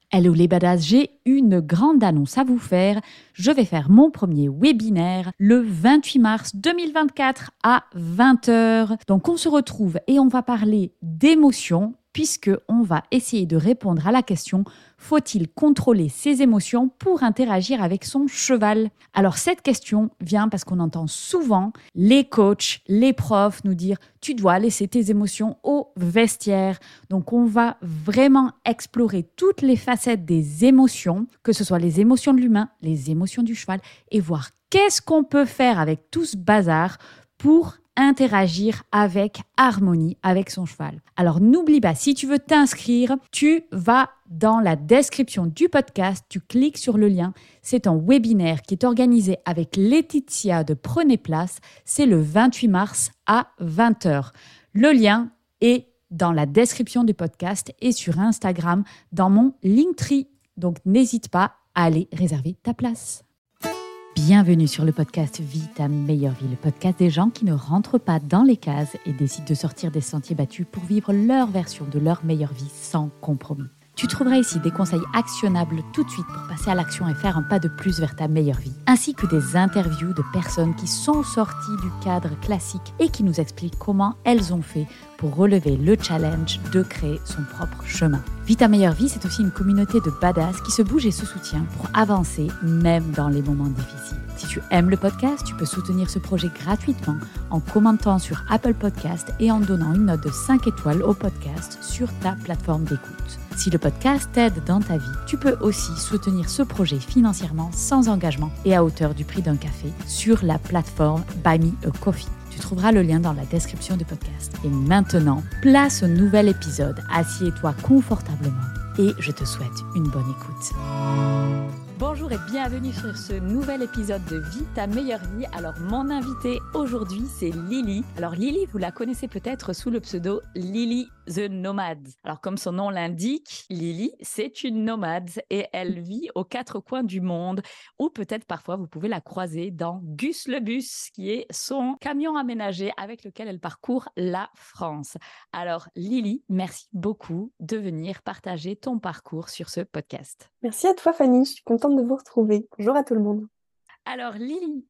Hello les badass, j'ai une grande annonce à vous faire. Je vais faire mon premier webinaire le 28 mars 2024 à 20 heures. Donc on se retrouve et on va parler d'émotions puisque on va essayer de répondre à la question: faut-il contrôler ses émotions pour interagir avec son cheval? Alors cette question vient parce qu'on entend souvent les coachs, les profs nous dire: tu dois laisser tes émotions au vestiaire. Donc on va vraiment explorer toutes les facettes des émotions, que ce soit les émotions de l'humain, les émotions du cheval, et voir qu'est-ce qu'on peut faire avec tout ce bazar pour interagir avec harmonie avec son cheval. Alors n'oublie pas, si tu veux t'inscrire, tu vas dans la description du podcast, tu cliques sur le lien. C'est un webinaire qui est organisé avec Laetitia de Prenez Place. C'est le 28 mars à 20 heures. Le lien est dans la description du podcast et sur Instagram dans mon Linktree. Donc n'hésite pas à aller réserver ta place. Bienvenue sur le podcast Vie ta meilleure vie, le podcast des gens qui ne rentrent pas dans les cases et décident de sortir des sentiers battus pour vivre leur version de leur meilleure vie sans compromis. Tu trouveras ici des conseils actionnables tout de suite pour passer à l'action et faire un pas de plus vers ta meilleure vie, ainsi que des interviews de personnes qui sont sorties du cadre classique et qui nous expliquent comment elles ont fait pour relever le challenge de créer son propre chemin. Vie ta meilleure vie, c'est aussi une communauté de badass qui se bouge et se soutient pour avancer même dans les moments difficiles. Si tu aimes le podcast, tu peux soutenir ce projet gratuitement en commentant sur Apple Podcast et en donnant une note de 5 étoiles au podcast sur ta plateforme d'écoute. Si le podcast t'aide dans ta vie, tu peux aussi soutenir ce projet financièrement sans engagement et à hauteur du prix d'un café sur la plateforme Buy Me a Coffee. Tu trouveras le lien dans la description du podcast. Et maintenant, place au nouvel épisode. Assieds-toi confortablement et je te souhaite une bonne écoute. Bonjour et bienvenue sur ce nouvel épisode de Vie ta meilleure vie. Alors mon invitée aujourd'hui c'est Lily. Alors Lily, vous la connaissez peut-être sous le pseudo Lily the Nomad. Alors comme son nom l'indique, Lily c'est une nomade et elle vit aux quatre coins du monde, ou peut-être parfois vous pouvez la croiser dans Gus le Bus, qui est son camion aménagé avec lequel elle parcourt la France. Alors Lily, merci beaucoup de venir partager ton parcours sur ce podcast. Merci à toi Fanny, je suis contente de vous retrouver. Bonjour à tout le monde. Alors Lily,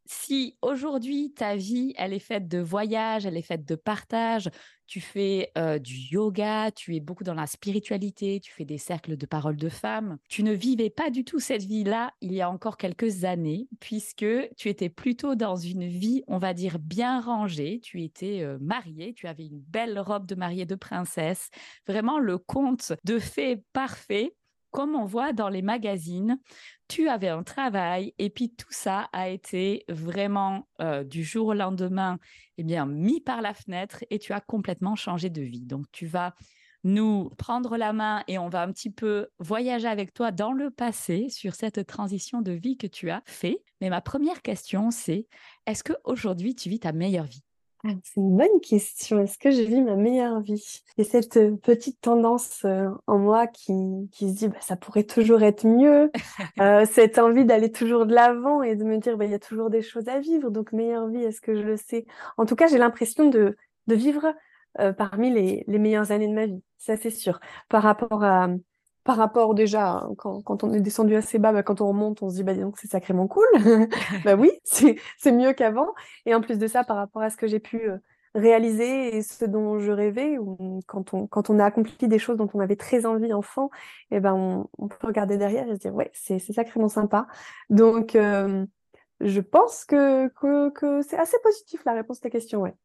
si aujourd'hui ta vie, elle est faite de voyages, elle est faite de partage, tu fais du yoga, tu es beaucoup dans la spiritualité, tu fais des cercles de paroles de femmes, tu ne vivais pas du tout cette vie-là il y a encore quelques années, puisque tu étais plutôt dans une vie, on va dire, bien rangée. Tu étais mariée, tu avais une belle robe de mariée de princesse, vraiment le conte de fées parfait, comme on voit dans les magazines. Tu avais un travail et puis tout ça a été vraiment du jour au lendemain mis par la fenêtre et tu as complètement changé de vie. Donc, tu vas nous prendre la main et on va un petit peu voyager avec toi dans le passé sur cette transition de vie que tu as fait. Mais ma première question, c'est: est-ce qu'aujourd'hui, tu vis ta meilleure vie? C'est une bonne question. Est-ce que je vis ma meilleure vie? Et cette petite tendance en moi qui se dit ça pourrait toujours être mieux, cette envie d'aller toujours de l'avant et de me dire il y a toujours des choses à vivre, donc meilleure vie, est-ce que je le sais? En tout cas, j'ai l'impression de vivre parmi les meilleures années de ma vie, ça c'est sûr. Par rapport à Par rapport déjà, quand on est descendu assez bas, quand on remonte, on se dit, dis donc, c'est sacrément cool. Oui, c'est mieux qu'avant. Et en plus de ça, par rapport à ce que j'ai pu réaliser et ce dont je rêvais, ou quand on a accompli des choses dont on avait très envie enfant, on peut regarder derrière et se dire, ouais, c'est sacrément sympa. Donc, je pense que c'est assez positif la réponse à ta question, ouais.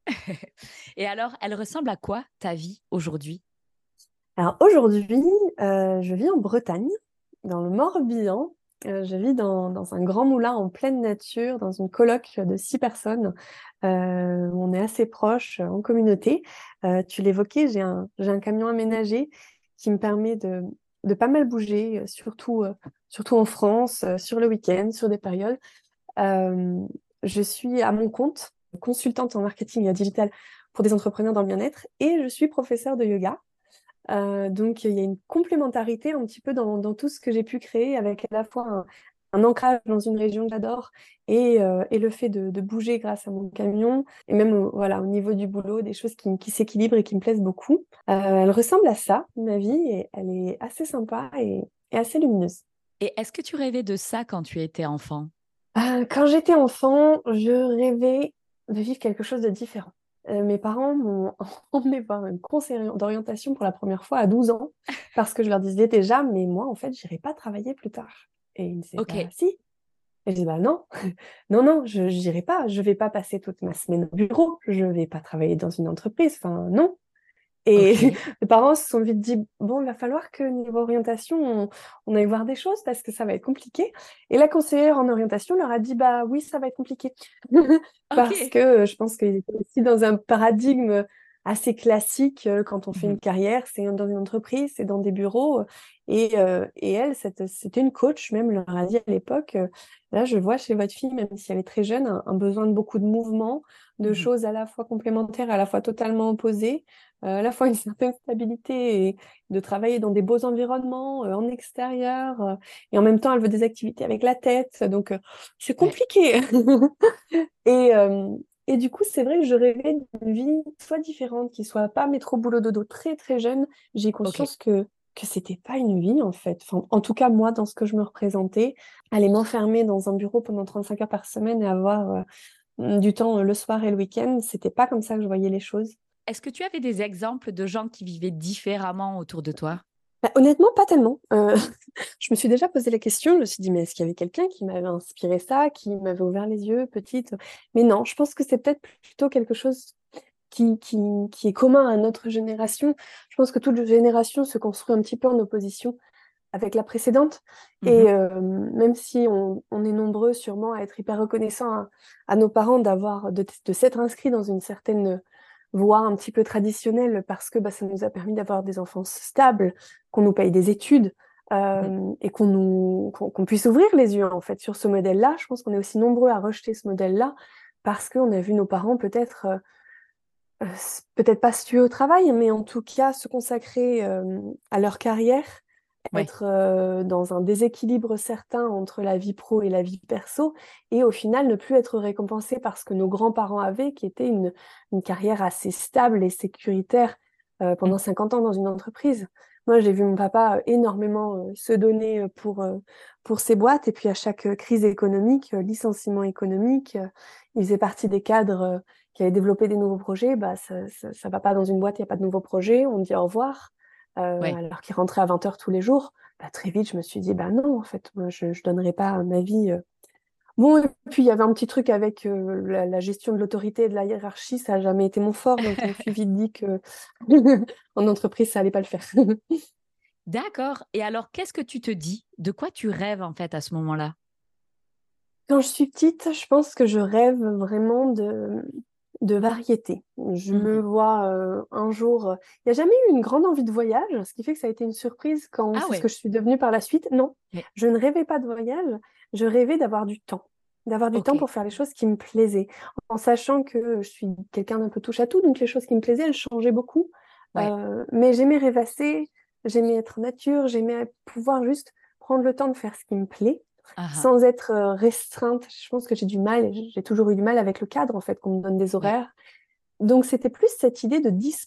Et alors, elle ressemble à quoi ta vie aujourd'hui? Alors aujourd'hui, je vis en Bretagne, dans le Morbihan. Je vis dans un grand moulin en pleine nature, dans une coloc de 6 personnes. On est assez proches en communauté. Tu l'évoquais, j'ai un camion aménagé qui me permet de pas mal bouger, surtout en France, sur le week-end, sur des périodes. Euh, je suis à mon compte, consultante en marketing digital pour des entrepreneurs dans le bien-être, et je suis professeure de yoga. Donc, il y a une complémentarité un petit peu dans tout ce que j'ai pu créer, avec à la fois un ancrage dans une région que j'adore et le fait de bouger grâce à mon camion et même voilà, au niveau du boulot, des choses qui s'équilibrent et qui me plaisent beaucoup. Elle ressemble à ça, ma vie, et elle est assez sympa et assez lumineuse. Et est-ce que tu rêvais de ça quand tu étais enfant? Quand j'étais enfant, je rêvais de vivre quelque chose de différent. Mes parents m'ont emmené voir un conseiller d'orientation pour la première fois à 12 ans parce que je leur disais déjà, mais moi, en fait, j'irai pas travailler plus tard. Et ils me disaient, Ok, bah si. Et je dis, bah non, non, non, je n'irai pas. Je vais pas passer toute ma semaine au bureau. Je vais pas travailler dans une entreprise. Enfin, non. Et ok. mes parents se sont vite dit, bon, il va falloir que niveau orientation, on aille voir des choses parce que ça va être compliqué. Et la conseillère en orientation leur a dit, bah oui, ça va être compliqué. Parce Ok. que je pense qu'ils étaient aussi dans un paradigme assez classique quand on fait Mhm, une carrière, c'est dans une entreprise, c'est dans des bureaux. Et elle, c'était une coach même, leur a dit à l'époque, là, je vois chez votre fille, même si elle est très jeune, un besoin de beaucoup de mouvement, de mhm. choses à la fois complémentaires, à la fois totalement opposées, à la fois une certaine stabilité et de travailler dans des beaux environnements, en extérieur, et en même temps, elle veut des activités avec la tête, donc c'est Ouais, compliqué. Et, euh, et du coup, c'est vrai que je rêvais d'une vie soit différente, qui soit pas métro boulot dodo très très jeune. J'ai ok. conscience que c'était pas une vie en fait. Enfin, en tout cas, moi, dans ce que je me représentais, aller m'enfermer dans un bureau pendant 35 heures par semaine et avoir du temps le soir et le week-end, c'était pas comme ça que je voyais les choses. Est-ce que tu avais des exemples de gens qui vivaient différemment autour de toi? Bah, honnêtement, pas tellement. Je me suis déjà posé la question, je me suis dit, mais est-ce qu'il y avait quelqu'un qui m'avait inspiré ça, qui m'avait ouvert les yeux, petite? Mais non, je pense que c'est peut-être plutôt quelque chose qui, qui, qui est commun à notre génération. Je pense que toute génération se construit un petit peu en opposition avec la précédente. Mhm, Et même si on est nombreux sûrement à être hyper reconnaissants à nos parents d'avoir, de s'être inscrits dans une certaine voie un petit peu traditionnelle parce que bah, ça nous a permis d'avoir des enfants stables, qu'on nous paye des études. mhm. Et qu'on puisse ouvrir les yeux en fait sur ce modèle-là. Je pense qu'on est aussi nombreux à rejeter ce modèle-là parce qu'on a vu nos parents peut-être pas se tuer au travail, mais en tout cas se consacrer à leur carrière, Ouais. être dans un déséquilibre certain entre la vie pro et la vie perso, et au final ne plus être récompensé par ce que nos grands-parents avaient, qui était une carrière assez stable et sécuritaire pendant Mhm. 50 ans dans une entreprise. Moi, j'ai vu mon papa énormément se donner pour ses boîtes, et puis à chaque crise économique, licenciement économique, il faisait partie des cadres qui avaient développé des nouveaux projets. Bah, ça va pas dans une boîte, il n'y a pas de nouveaux projets, on dit au revoir Ouais. alors qu'il rentrait à 20 heures tous les jours. Bah, très vite, je me suis dit, bah non, en fait, moi, je ne donnerai pas ma vie. Bon, et puis il y avait un petit truc avec la gestion de l'autorité et de la hiérarchie, ça n'a jamais été mon fort, donc je me suis vite dit que en entreprise, ça allait pas le faire. D'accord. Et alors, qu'est-ce que tu te dis? De quoi tu rêves en fait à ce moment-là? Quand je suis petite, je pense que je rêve vraiment de variété. Je me Mhm. vois un jour. Il n'y a jamais eu une grande envie de voyage, ce qui fait que ça a été une surprise quand Ah c'est ce ouais. que je suis devenue par la suite. Non, Mais je ne rêvais pas de voyage, je rêvais d'avoir du temps. D'avoir du ok. temps pour faire les choses qui me plaisaient, en sachant que je suis quelqu'un d'un peu touche à tout, donc les choses qui me plaisaient, elles changeaient beaucoup. Ouais. Mais j'aimais rêvasser, j'aimais être nature, j'aimais pouvoir juste prendre le temps de faire ce qui me plaît Ah ah. sans être restreinte. Je pense que j'ai du mal, et j'ai toujours eu du mal avec le cadre, en fait, qu'on me donne des Ouais. horaires. Donc, c'était plus cette idée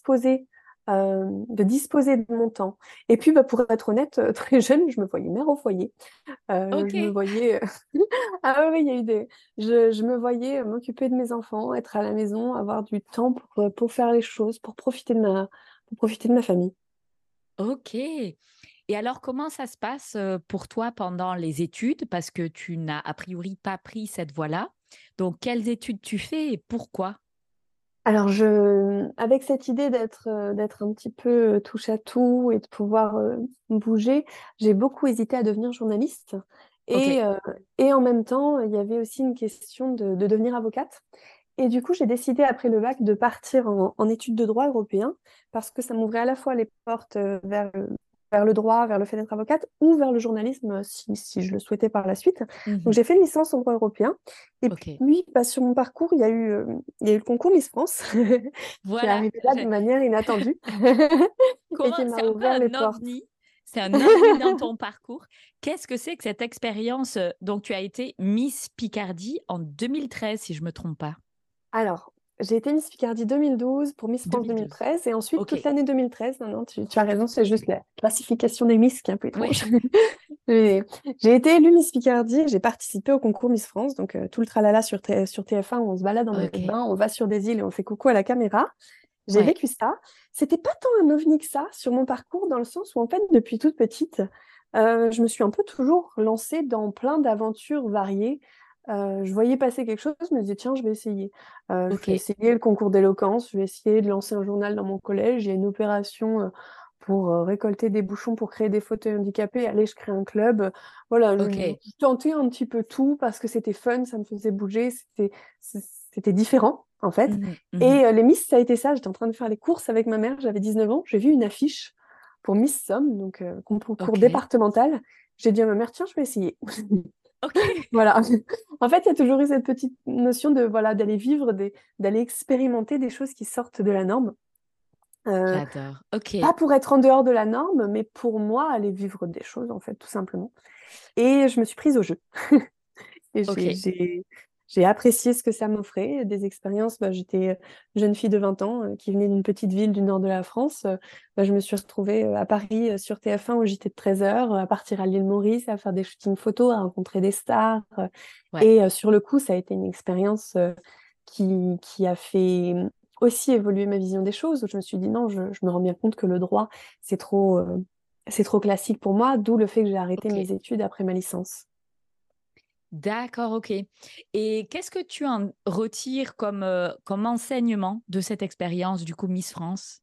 de disposer de mon temps. Et puis, bah, pour être honnête, très jeune, je me voyais mère au foyer. Je me Ok. voyais... Ah oui, il y a eu des... Je me voyais m'occuper de mes enfants, être à la maison, avoir du temps pour faire les choses, pour profiter de ma famille. Ok. Et alors, comment ça se passe pour toi pendant les études? Parce que tu n'as a priori pas pris cette voie-là. Donc, quelles études tu fais et pourquoi? Alors, avec cette idée d'être un petit peu touche à tout et de pouvoir bouger, j'ai beaucoup hésité à devenir journaliste. Ok. Et en même temps, il y avait aussi une question de devenir avocate. Et du coup, j'ai décidé après le bac de partir en études de droit européen parce que ça m'ouvrait à la fois les portes vers le droit, vers le fait d'être avocate ou vers le journalisme si je le souhaitais par la suite. Donc, Mhm. j'ai fait une licence en droit européen. Et Ok. puis, bah, sur mon parcours, il y a eu le concours Miss France qui est Voilà. arrivé là de manière inattendue et qui Comment? m'a C'est un peu ouvert les un portes. ovni. c'est un ovni dans ton parcours. Qu'est-ce que c'est que cette expérience? Donc, tu as été Miss Picardie en 2013, si je me trompe pas. Alors, j'ai été Miss Picardie 2012 pour Miss France 2012. 2013 et ensuite Ok. toute l'année 2013. Non, non, tu as raison, c'est juste la classification des Miss qui est un peu Oui. étrange. J'ai j'ai été élue Miss Picardie, j'ai participé au concours Miss France, donc tout le tralala sur TF1 où on se balade en maillot de Ok. bain, on va sur des îles et on fait coucou à la caméra. J'ai Ouais. vécu ça. C'était pas tant un ovni que ça sur mon parcours, dans le sens où, en fait, depuis toute petite, je me suis un peu toujours lancée dans plein d'aventures variées. Je voyais passer quelque chose, je me disais, tiens, je vais essayer. Je Ok. vais essayer le concours d'éloquence, je vais essayer de lancer un journal dans mon collège. Il y a une opération pour récolter des bouchons pour créer des fauteuils handicapés. Allez, je crée un club. Voilà, Ok. je tentais un petit peu tout parce que c'était fun, ça me faisait bouger, c'était différent, en fait. Mhm, mhm. Et les Miss, ça a été ça. J'étais en train de faire les courses avec ma mère, j'avais 19 ans. J'ai vu une affiche pour Miss Somme, donc concours Ok. départemental. J'ai dit à ma mère, tiens, je vais essayer. Ok. Voilà. En fait, il y a toujours eu cette petite notion de voilà d'aller vivre, d'aller expérimenter des choses qui sortent de la norme. Euh, J'adore. Ok. Pas pour être en dehors de la norme, mais pour moi, aller vivre des choses, en fait, tout simplement. Et je me suis prise au jeu. Et Ok. j'ai apprécié ce que ça m'offrait, des expériences. Bah, j'étais jeune fille de 20 ans qui venait d'une petite ville du nord de la France. Bah, je me suis retrouvée à Paris sur TF1 au JT de 13h, à partir à l'île Maurice, à faire des shootings photos, à rencontrer des stars. Ouais. Et sur le coup, ça a été une expérience qui a fait aussi évoluer ma vision des choses, où je me suis dit non, je me rends bien compte que le droit, c'est trop classique pour moi, d'où le fait que j'ai arrêté Ok. mes études après ma licence. D'accord, ok. Et qu'est-ce que tu en retires comme enseignement de cette expérience, du coup, Miss France?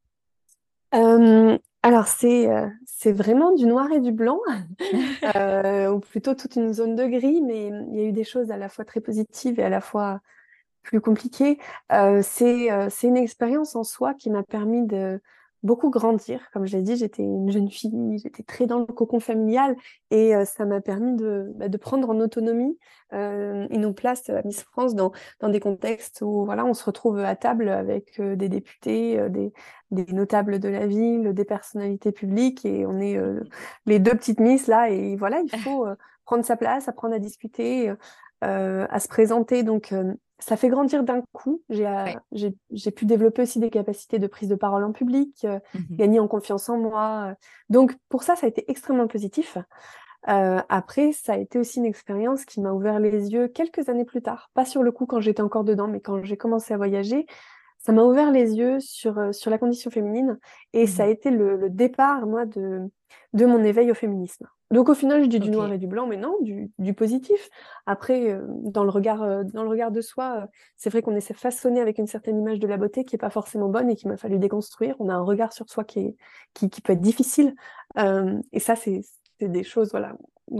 Alors c'est vraiment du noir et du blanc, ou plutôt toute une zone de gris, mais il y a eu des choses à la fois très positives et à la fois plus compliqué. C'est une expérience en soi qui m'a permis de beaucoup grandir. Comme je l'ai dit, j'étais une jeune fille, j'étais très dans le cocon familial et ça m'a permis de prendre en autonomie et nos places à Miss France dans des contextes où voilà, on se retrouve à table avec des députés, des notables de la ville, des personnalités publiques et on est les deux petites Miss là et voilà, il faut prendre sa place, apprendre à discuter, à se présenter. Donc, ça fait grandir d'un coup. Ouais. J'ai pu développer aussi des capacités de prise de parole en public, Mhm. gagner en confiance en moi. Donc, pour ça, ça a été extrêmement positif. Après, ça a été aussi une expérience qui m'a ouvert les yeux quelques années plus tard. Pas sur le coup quand j'étais encore dedans, mais quand j'ai commencé à voyager, ça m'a ouvert les yeux sur la condition féminine et ça a Mhm. été le départ, moi, de mon éveil au féminisme. Donc au final, je dis du Ok. noir et du blanc, mais non, du positif. Après, dans le regard de soi, c'est vrai qu'on essaie façonné avec une certaine image de la beauté qui est pas forcément bonne et qu'il m'a fallu déconstruire. On a un regard sur soi qui peut être difficile. Et ça, c'est des choses voilà, où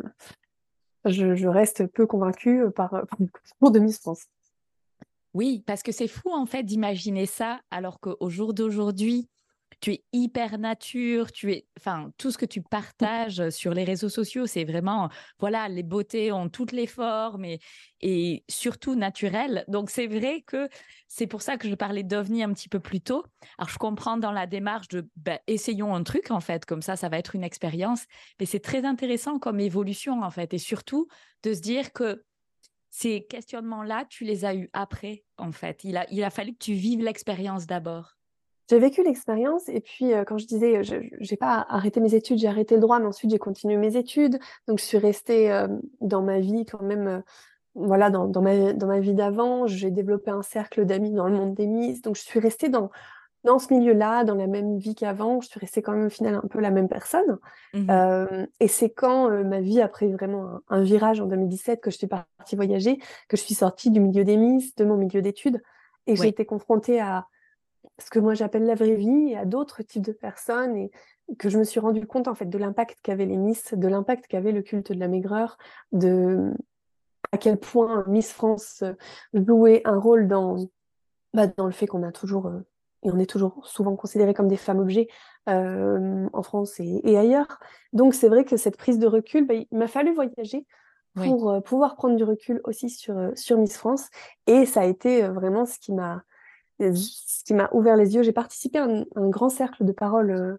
je reste peu convaincue par le concours de Miss France. Oui, parce que c'est fou en fait d'imaginer ça alors qu'au jour d'aujourd'hui, tu es hyper nature, enfin, tout ce que tu partages sur les réseaux sociaux, c'est vraiment, voilà, les beautés ont toutes les formes et surtout naturelles. Donc, c'est vrai que c'est pour ça que je parlais d'OVNI un petit peu plus tôt. Alors, je comprends dans la démarche de, ben, essayons un truc, en fait, comme ça va être une expérience. Mais c'est très intéressant comme évolution, en fait. Et surtout, de se dire que ces questionnements-là, tu les as eus après, en fait. Il a fallu que tu vives l'expérience d'abord. J'ai vécu l'expérience et puis quand je disais, j'ai pas arrêté mes études, j'ai arrêté le droit, mais ensuite j'ai continué mes études. Donc je suis restée dans ma vie quand même, voilà, dans ma vie d'avant. J'ai développé un cercle d'amis dans le monde des Miss. Donc je suis restée dans ce milieu-là, dans la même vie qu'avant. Je suis restée quand même au final un peu la même personne. Mhm. Et c'est quand ma vie a pris vraiment un virage en 2017 que je suis partie voyager, que je suis sortie du milieu des Miss, de mon milieu d'études, et j'ai Ouais. été confrontée à ce que moi j'appelle la vraie vie et à d'autres types de personnes et que je me suis rendu compte en fait de l'impact qu'avaient les Miss, de l'impact qu'avait le culte de la maigreur, de à quel point Miss France jouait un rôle dans le fait qu'on a toujours et on est toujours souvent considérés comme des femmes objets en France et ailleurs. Donc c'est vrai que cette prise de recul, bah, il m'a fallu voyager Oui. pour pouvoir prendre du recul aussi sur Miss France et ça a été vraiment ce qui m'a ouvert les yeux. J'ai participé à un grand cercle de parole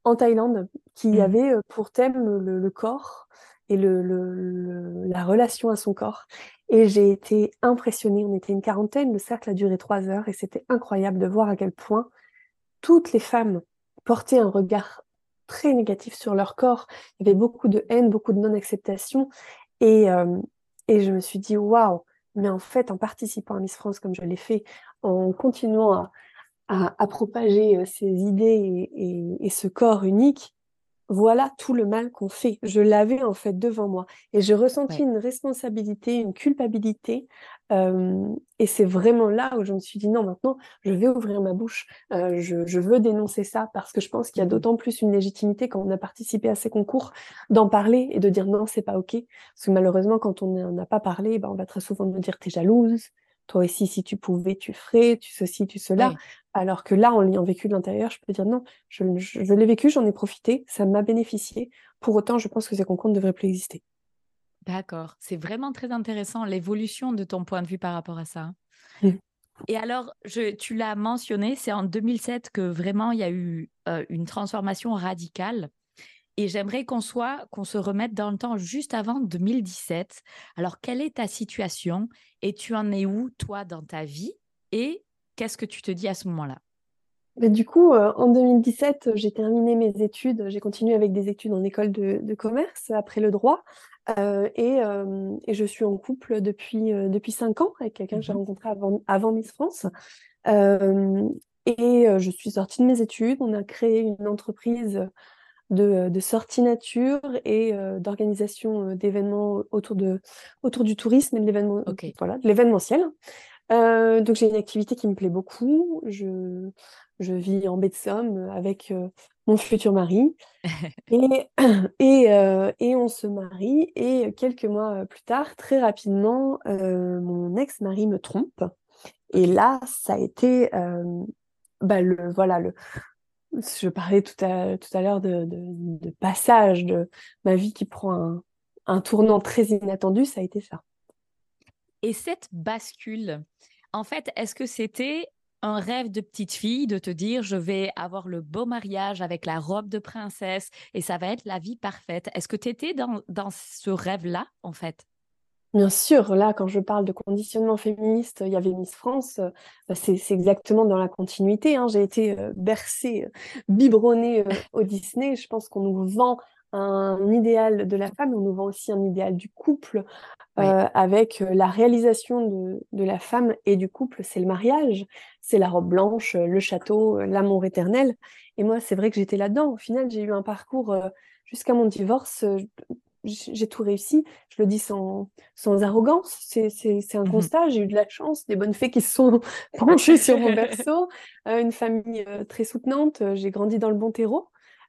en Thaïlande qui Mhm. avait pour thème le corps et la relation à son corps. Et j'ai été impressionnée. On était une quarantaine, le cercle a duré 3 heures et c'était incroyable de voir à quel point toutes les femmes portaient un regard très négatif sur leur corps. Il y avait beaucoup de haine, beaucoup de non-acceptation. Et, euh, et je me suis dit, waouh, mais en fait, en participant à Miss France comme je l'ai fait, en continuant à propager ces idées et ce corps unique, voilà tout le mal qu'on fait. Je l'avais en fait devant moi et je ressentis Ouais. une responsabilité, une culpabilité. Et c'est vraiment là où je me suis dit non, maintenant, je vais ouvrir ma bouche. Je veux dénoncer ça parce que je pense qu'il y a Mhm. d'autant plus une légitimité quand on a participé à ces concours d'en parler et de dire non, c'est pas OK. Parce que malheureusement, quand on n'en a pas parlé, ben, on va très souvent nous dire t'es jalouse. Toi aussi, si tu pouvais, tu ferais, tu ceci, tu cela. Ouais. Alors que là, en l'ayant vécu de l'intérieur, je peux dire non, je l'ai vécu, j'en ai profité, ça m'a bénéficié. Pour autant, je pense que ces concours ne devraient plus exister. D'accord. C'est vraiment très intéressant, l'évolution de ton point de vue par rapport à ça, hein. Mm. Et alors, tu l'as mentionné, c'est en 2007 que vraiment il y a eu une transformation radicale. Et j'aimerais qu'on se remette dans le temps juste avant 2017. Alors, quelle est ta situation et tu en es où, toi, dans ta vie? Et qu'est-ce que tu te dis à ce moment-là? Mais du coup, en 2017, j'ai terminé mes études. J'ai continué avec des études en école de commerce après le droit. Et je suis en couple depuis 5 ans avec quelqu'un que j'ai Mhm. rencontré avant Miss France. Euh, et je suis sortie de mes études. On a créé une entreprise de sortie nature et d'organisation d'événements autour du tourisme et de l'événement, Ok. voilà, de l'événementiel. Donc j'ai une activité qui me plaît beaucoup. Je vis en baie de Somme avec mon futur mari et, et on se marie et quelques mois plus tard, très rapidement, mon ex-mari me trompe. Et Ok. là, ça a été voilà, je parlais tout à l'heure de passage de ma vie qui prend un tournant très inattendu, ça a été ça. Et cette bascule, en fait, est-ce que c'était un rêve de petite fille de te dire je vais avoir le beau mariage avec la robe de princesse et ça va être la vie parfaite? Est-ce que tu étais dans ce rêve-là, en fait? Bien sûr, là, quand je parle de conditionnement féministe, il y avait Miss France, c'est exactement dans la continuité, hein. J'ai été bercée, biberonnée au Disney. Je pense qu'on nous vend un idéal de la femme, on nous vend aussi un idéal du couple, Ouais. avec la réalisation de la femme et du couple, c'est le mariage, c'est la robe blanche, le château, l'amour éternel. Et moi, c'est vrai que j'étais là-dedans. Au final, j'ai eu un parcours jusqu'à mon divorce. J'ai tout réussi. Je le dis sans arrogance. C'est un Mhm. constat. J'ai eu de la chance, des bonnes fées qui se sont penchées sur mon berceau, une famille très soutenante. J'ai grandi dans le bon terreau.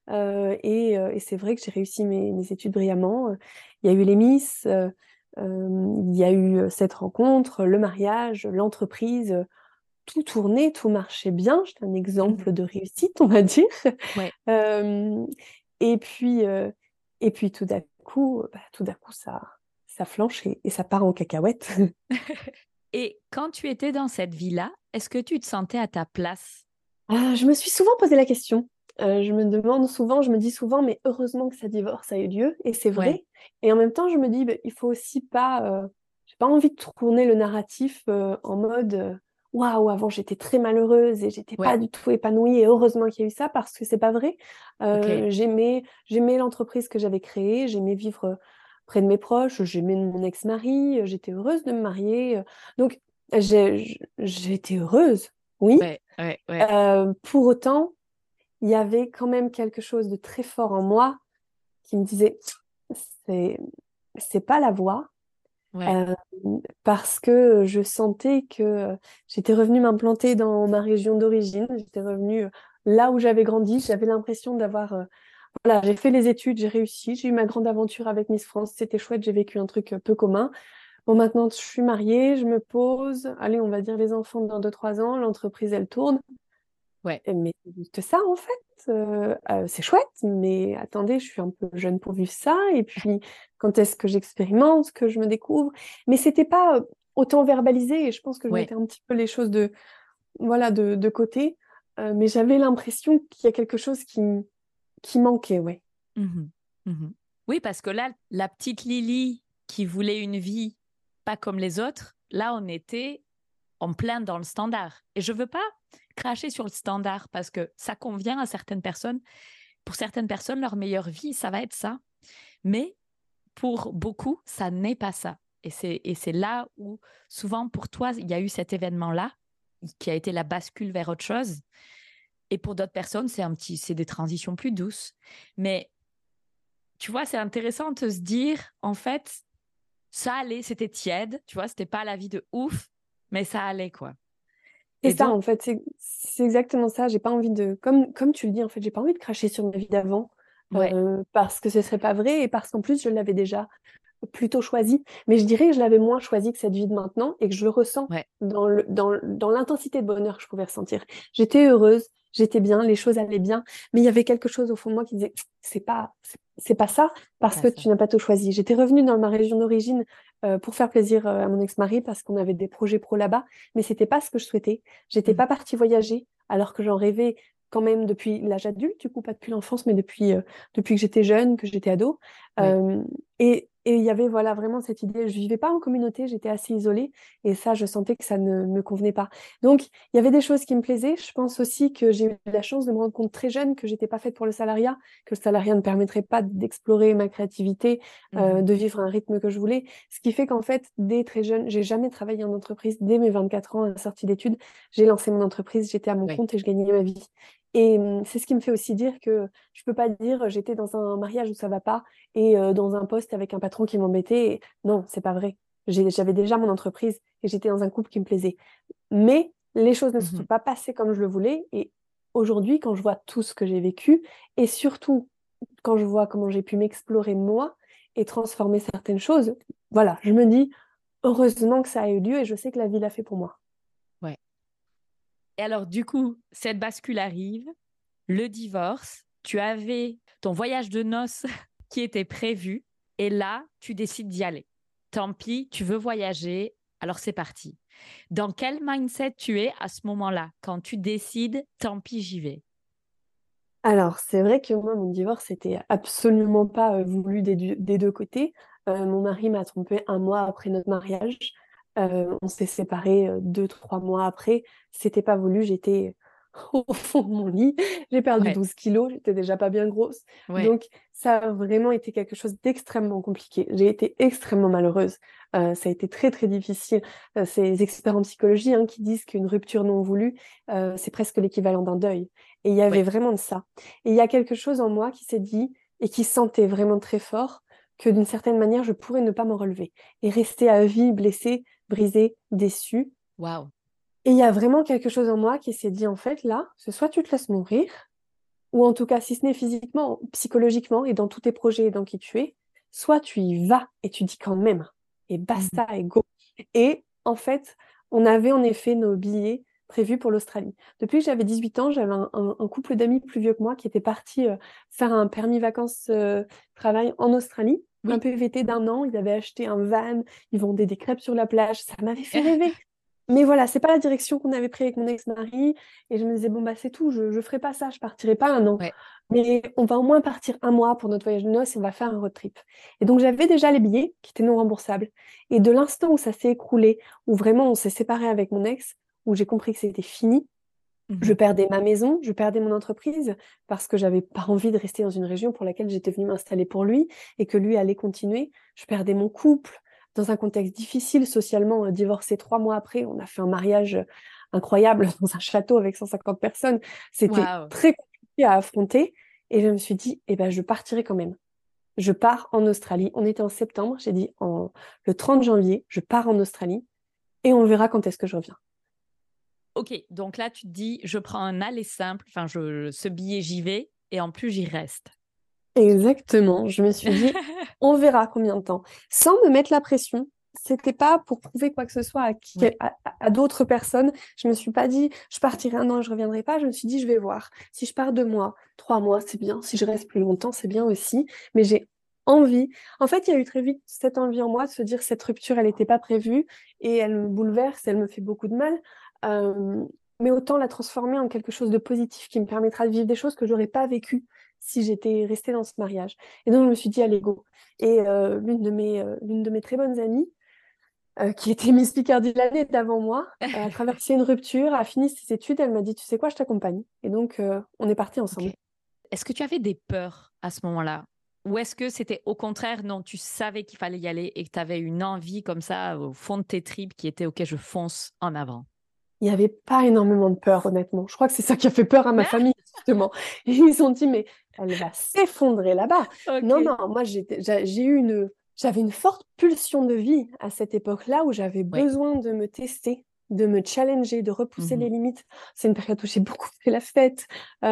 Et c'est vrai que j'ai réussi mes études brillamment. Il y a eu les Miss. Il y a eu cette rencontre, le mariage, l'entreprise, tout tournait, tout marchait bien. J'étais un Mhm. exemple de réussite, on va dire. Ouais. Euh, et puis, euh, et puis tout d'un coup, ça flanche et ça part en cacahuète. Et quand tu étais dans cette vie-là, est-ce que tu te sentais à ta place? Je me suis souvent posé la question. Je me demande souvent, je me dis souvent, mais heureusement que ça divorce a eu lieu, et c'est Ouais. vrai. Et en même temps, je me dis, il faut aussi pas, j'ai pas envie de tourner le narratif en mode, waouh, avant j'étais très malheureuse et j'étais pas Ouais. du tout épanouie, et heureusement qu'il y a eu ça, parce que c'est pas vrai. Ok. J'aimais l'entreprise que j'avais créée, j'aimais vivre près de mes proches, j'aimais mon ex-mari, j'étais heureuse de me marier. Donc, j'ai été heureuse, oui. Ouais. Ouais. Ouais. Pour autant, il y avait quand même quelque chose de très fort en moi qui me disait, c'est, c'est pas la voie, Ouais. euh, parce que je sentais que j'étais revenue m'implanter dans ma région d'origine, j'étais revenue là où j'avais grandi, j'avais l'impression d'avoir, voilà, j'ai fait les études, j'ai réussi, j'ai eu ma grande aventure avec Miss France, c'était chouette, j'ai vécu un truc peu commun. Bon, maintenant, je suis mariée, je me pose, allez, on va dire les enfants dans 2, 3 ans, l'entreprise, elle tourne. Ouais. Mais c'est juste ça, en fait. C'est chouette, mais attendez, je suis un peu jeune pour vivre ça. Et puis, quand est-ce que j'expérimente, que je me découvre? Mais c'était pas autant verbalisé. Et je pense que je Ouais. mettais un petit peu les choses voilà, de côté. Mais j'avais l'impression qu'il y a quelque chose qui manquait, ouais. Mhm. Mhm. Oui, parce que là, la petite Lily qui voulait une vie pas comme les autres, là, on était en plein dans le standard. Et je veux pas cracher sur le standard parce que ça convient à certaines personnes. Pour certaines personnes, leur meilleure vie, ça va être ça. Mais pour beaucoup, ça n'est pas ça. Et c'est là où, souvent, pour toi, il y a eu cet événement-là qui a été la bascule vers autre chose. Et pour d'autres personnes, c'est des transitions plus douces. Mais tu vois, c'est intéressant de se dire, en fait, ça allait, c'était tiède, tu vois, c'était pas la vie de ouf, mais ça allait, quoi. C'est Et ça, donc, en fait, c'est exactement ça. J'ai pas envie de, comme tu le dis, en fait, j'ai pas envie de cracher sur ma vie d'avant, ouais, parce que ce serait pas vrai et parce qu'en plus, je l'avais déjà plutôt choisi. Mais je dirais que je l'avais moins choisi que cette vie de maintenant et que je le ressens ouais, dans l'intensité de bonheur que je pouvais ressentir. J'étais heureuse, j'étais bien, les choses allaient bien, mais il y avait quelque chose au fond de moi qui disait, c'est pas ça c'est parce pas que ça. tu n'as pas tout choisi. J'étais revenue dans ma région d'origine pour faire plaisir à mon ex-mari parce qu'on avait des projets pro là-bas, mais c'était pas ce que je souhaitais. J'étais Mhm. pas partie voyager alors que j'en rêvais quand même depuis l'âge adulte, du coup pas depuis l'enfance, mais depuis que j'étais jeune, que j'étais ado. Oui. Euh, et il y avait voilà vraiment cette idée, je vivais pas en communauté, j'étais assez isolée et ça, je sentais que ça ne me convenait pas. Donc, il y avait des choses qui me plaisaient. Je pense aussi que j'ai eu la chance de me rendre compte très jeune que j'étais pas faite pour le salariat, que le salariat ne permettrait pas d'explorer ma créativité, Mhm. de vivre un rythme que je voulais. Ce qui fait qu'en fait, dès très jeune, j'ai jamais travaillé en entreprise. Dès mes 24 ans, à la sortie d'études, j'ai lancé mon entreprise, j'étais à mon Oui. compte et je gagnais ma vie. Et c'est ce qui me fait aussi dire que je peux pas dire j'étais dans un mariage où ça va pas et dans un poste avec un patron qui m'embêtait. Non, c'est pas vrai. J'avais déjà mon entreprise et j'étais dans un couple qui me plaisait. Mais les choses ne se sont Mhm. pas passées comme je le voulais. Et aujourd'hui, quand je vois tout ce que j'ai vécu et surtout quand je vois comment j'ai pu m'explorer moi et transformer certaines choses, voilà, je me dis heureusement que ça a eu lieu et je sais que la vie l'a fait pour moi. Ouais. Et alors, du coup, cette bascule arrive, le divorce, tu avais ton voyage de noces qui était prévu, et là, tu décides d'y aller. Tant pis, tu veux voyager, alors c'est parti. Dans quel mindset tu es à ce moment-là, quand tu décides, tant pis, j'y vais? Alors, c'est vrai que moi, mon divorce, c'était absolument pas voulu des deux côtés. Mon mari m'a trompée un mois après notre mariage. On s'est séparés 2, 3 mois après. C'était pas voulu. J'étais au fond de mon lit. J'ai perdu Ouais, 12 kilos. J'étais déjà pas bien grosse. ouais, Donc, ça a vraiment été quelque chose d'extrêmement compliqué. J'ai été extrêmement malheureuse. Ça a été très, très difficile. Ces experts en psychologie hein, qui disent qu'une rupture non voulue, c'est presque l'équivalent d'un deuil. Et il y avait ouais. vraiment de ça. Et il y a quelque chose en moi qui s'est dit et qui sentait vraiment très fort que d'une certaine manière, je pourrais ne pas m'en relever et rester à vie blessée, brisée, déçue. Waouh. Et il y a vraiment quelque chose en moi qui s'est dit, en fait, là, c'est soit tu te laisses mourir, ou en tout cas, si ce n'est physiquement, psychologiquement et dans tous tes projets et dans qui tu es, soit tu y vas et tu dis quand même, et Mhm. basta et go. Et en fait, on avait en effet nos billets prévus pour l'Australie. Depuis que j'avais 18 ans, j'avais un couple d'amis plus vieux que moi qui étaient partis faire un permis vacances travail en Australie, un Oui. PVT d'1 an. Ils avaient acheté un van, ils vendaient des crêpes sur la plage. Ça m'avait fait rêver. Mais voilà, c'est pas la direction qu'on avait pris avec mon ex-mari. Et je me disais, bon, bah, c'est tout, je ferai pas ça, je partirai pas 1 an. Ouais. Mais on va au moins partir 1 mois pour notre voyage de noces et on va faire un road trip. Et donc, j'avais déjà les billets qui étaient non remboursables. Et de l'instant où ça s'est écroulé, où vraiment on s'est séparé avec mon ex, où j'ai compris que c'était fini, je Mhm. perdais ma maison, je perdais mon entreprise parce que j'avais pas envie de rester dans une région pour laquelle j'étais venue m'installer pour lui et que lui allait continuer. Je perdais mon couple dans un contexte difficile socialement, divorcé 3 mois après. On a fait un mariage incroyable dans un château avec 150 personnes. C'était Waouh. très compliqué à affronter et je me suis dit, eh ben, je partirai quand même. Je pars en Australie. On était en septembre. J'ai dit le 30 janvier, je pars en Australie et on verra quand est-ce que je reviens. Ok, donc là, tu te dis, je prends un aller simple, enfin, ce billet, j'y vais, et en plus, j'y reste. Exactement. Je me suis dit, on verra combien de temps. Sans me mettre la pression. C'était pas pour prouver quoi que ce soit Ouais. à d'autres personnes. Je me suis pas dit, je partirai 1 an et je reviendrai pas. Je me suis dit, je vais voir. Si je pars 2 mois, 3 mois, c'est bien. Si je reste plus longtemps, c'est bien aussi. Mais j'ai envie. En fait, il y a eu très vite cette envie en moi de se dire, cette rupture, elle n'était pas prévue et elle me bouleverse, elle me fait beaucoup de mal. Euh, mais autant la transformer en quelque chose de positif qui me permettra de vivre des choses que j'aurais pas vécues si j'étais restée dans ce mariage. Et donc, je me suis dit, allez, go. Et l'une de mes très bonnes amies, qui était Miss Picardie l'année d'avant moi, a traversé une rupture, a fini ses études. Elle m'a dit, tu sais quoi, je t'accompagne. Et donc, on est partis Ok. ensemble. Est-ce que tu avais des peurs à ce moment-là? Ou est-ce que c'était au contraire, non, tu savais qu'il fallait y aller et que tu avais une envie comme ça au fond de tes tripes qui était, OK, je fonce en avant? Il n'y avait pas énormément de peur, honnêtement. Je crois que c'est ça qui a fait peur à ma famille, justement. Et ils se sont dit, mais elle va s'effondrer là-bas. Non, OK. non, moi, j'avais une forte pulsion de vie à cette époque-là où j'avais Oui. besoin de me tester, de me challenger, de repousser Mhm. les limites. C'est une période où j'ai beaucoup fait la fête,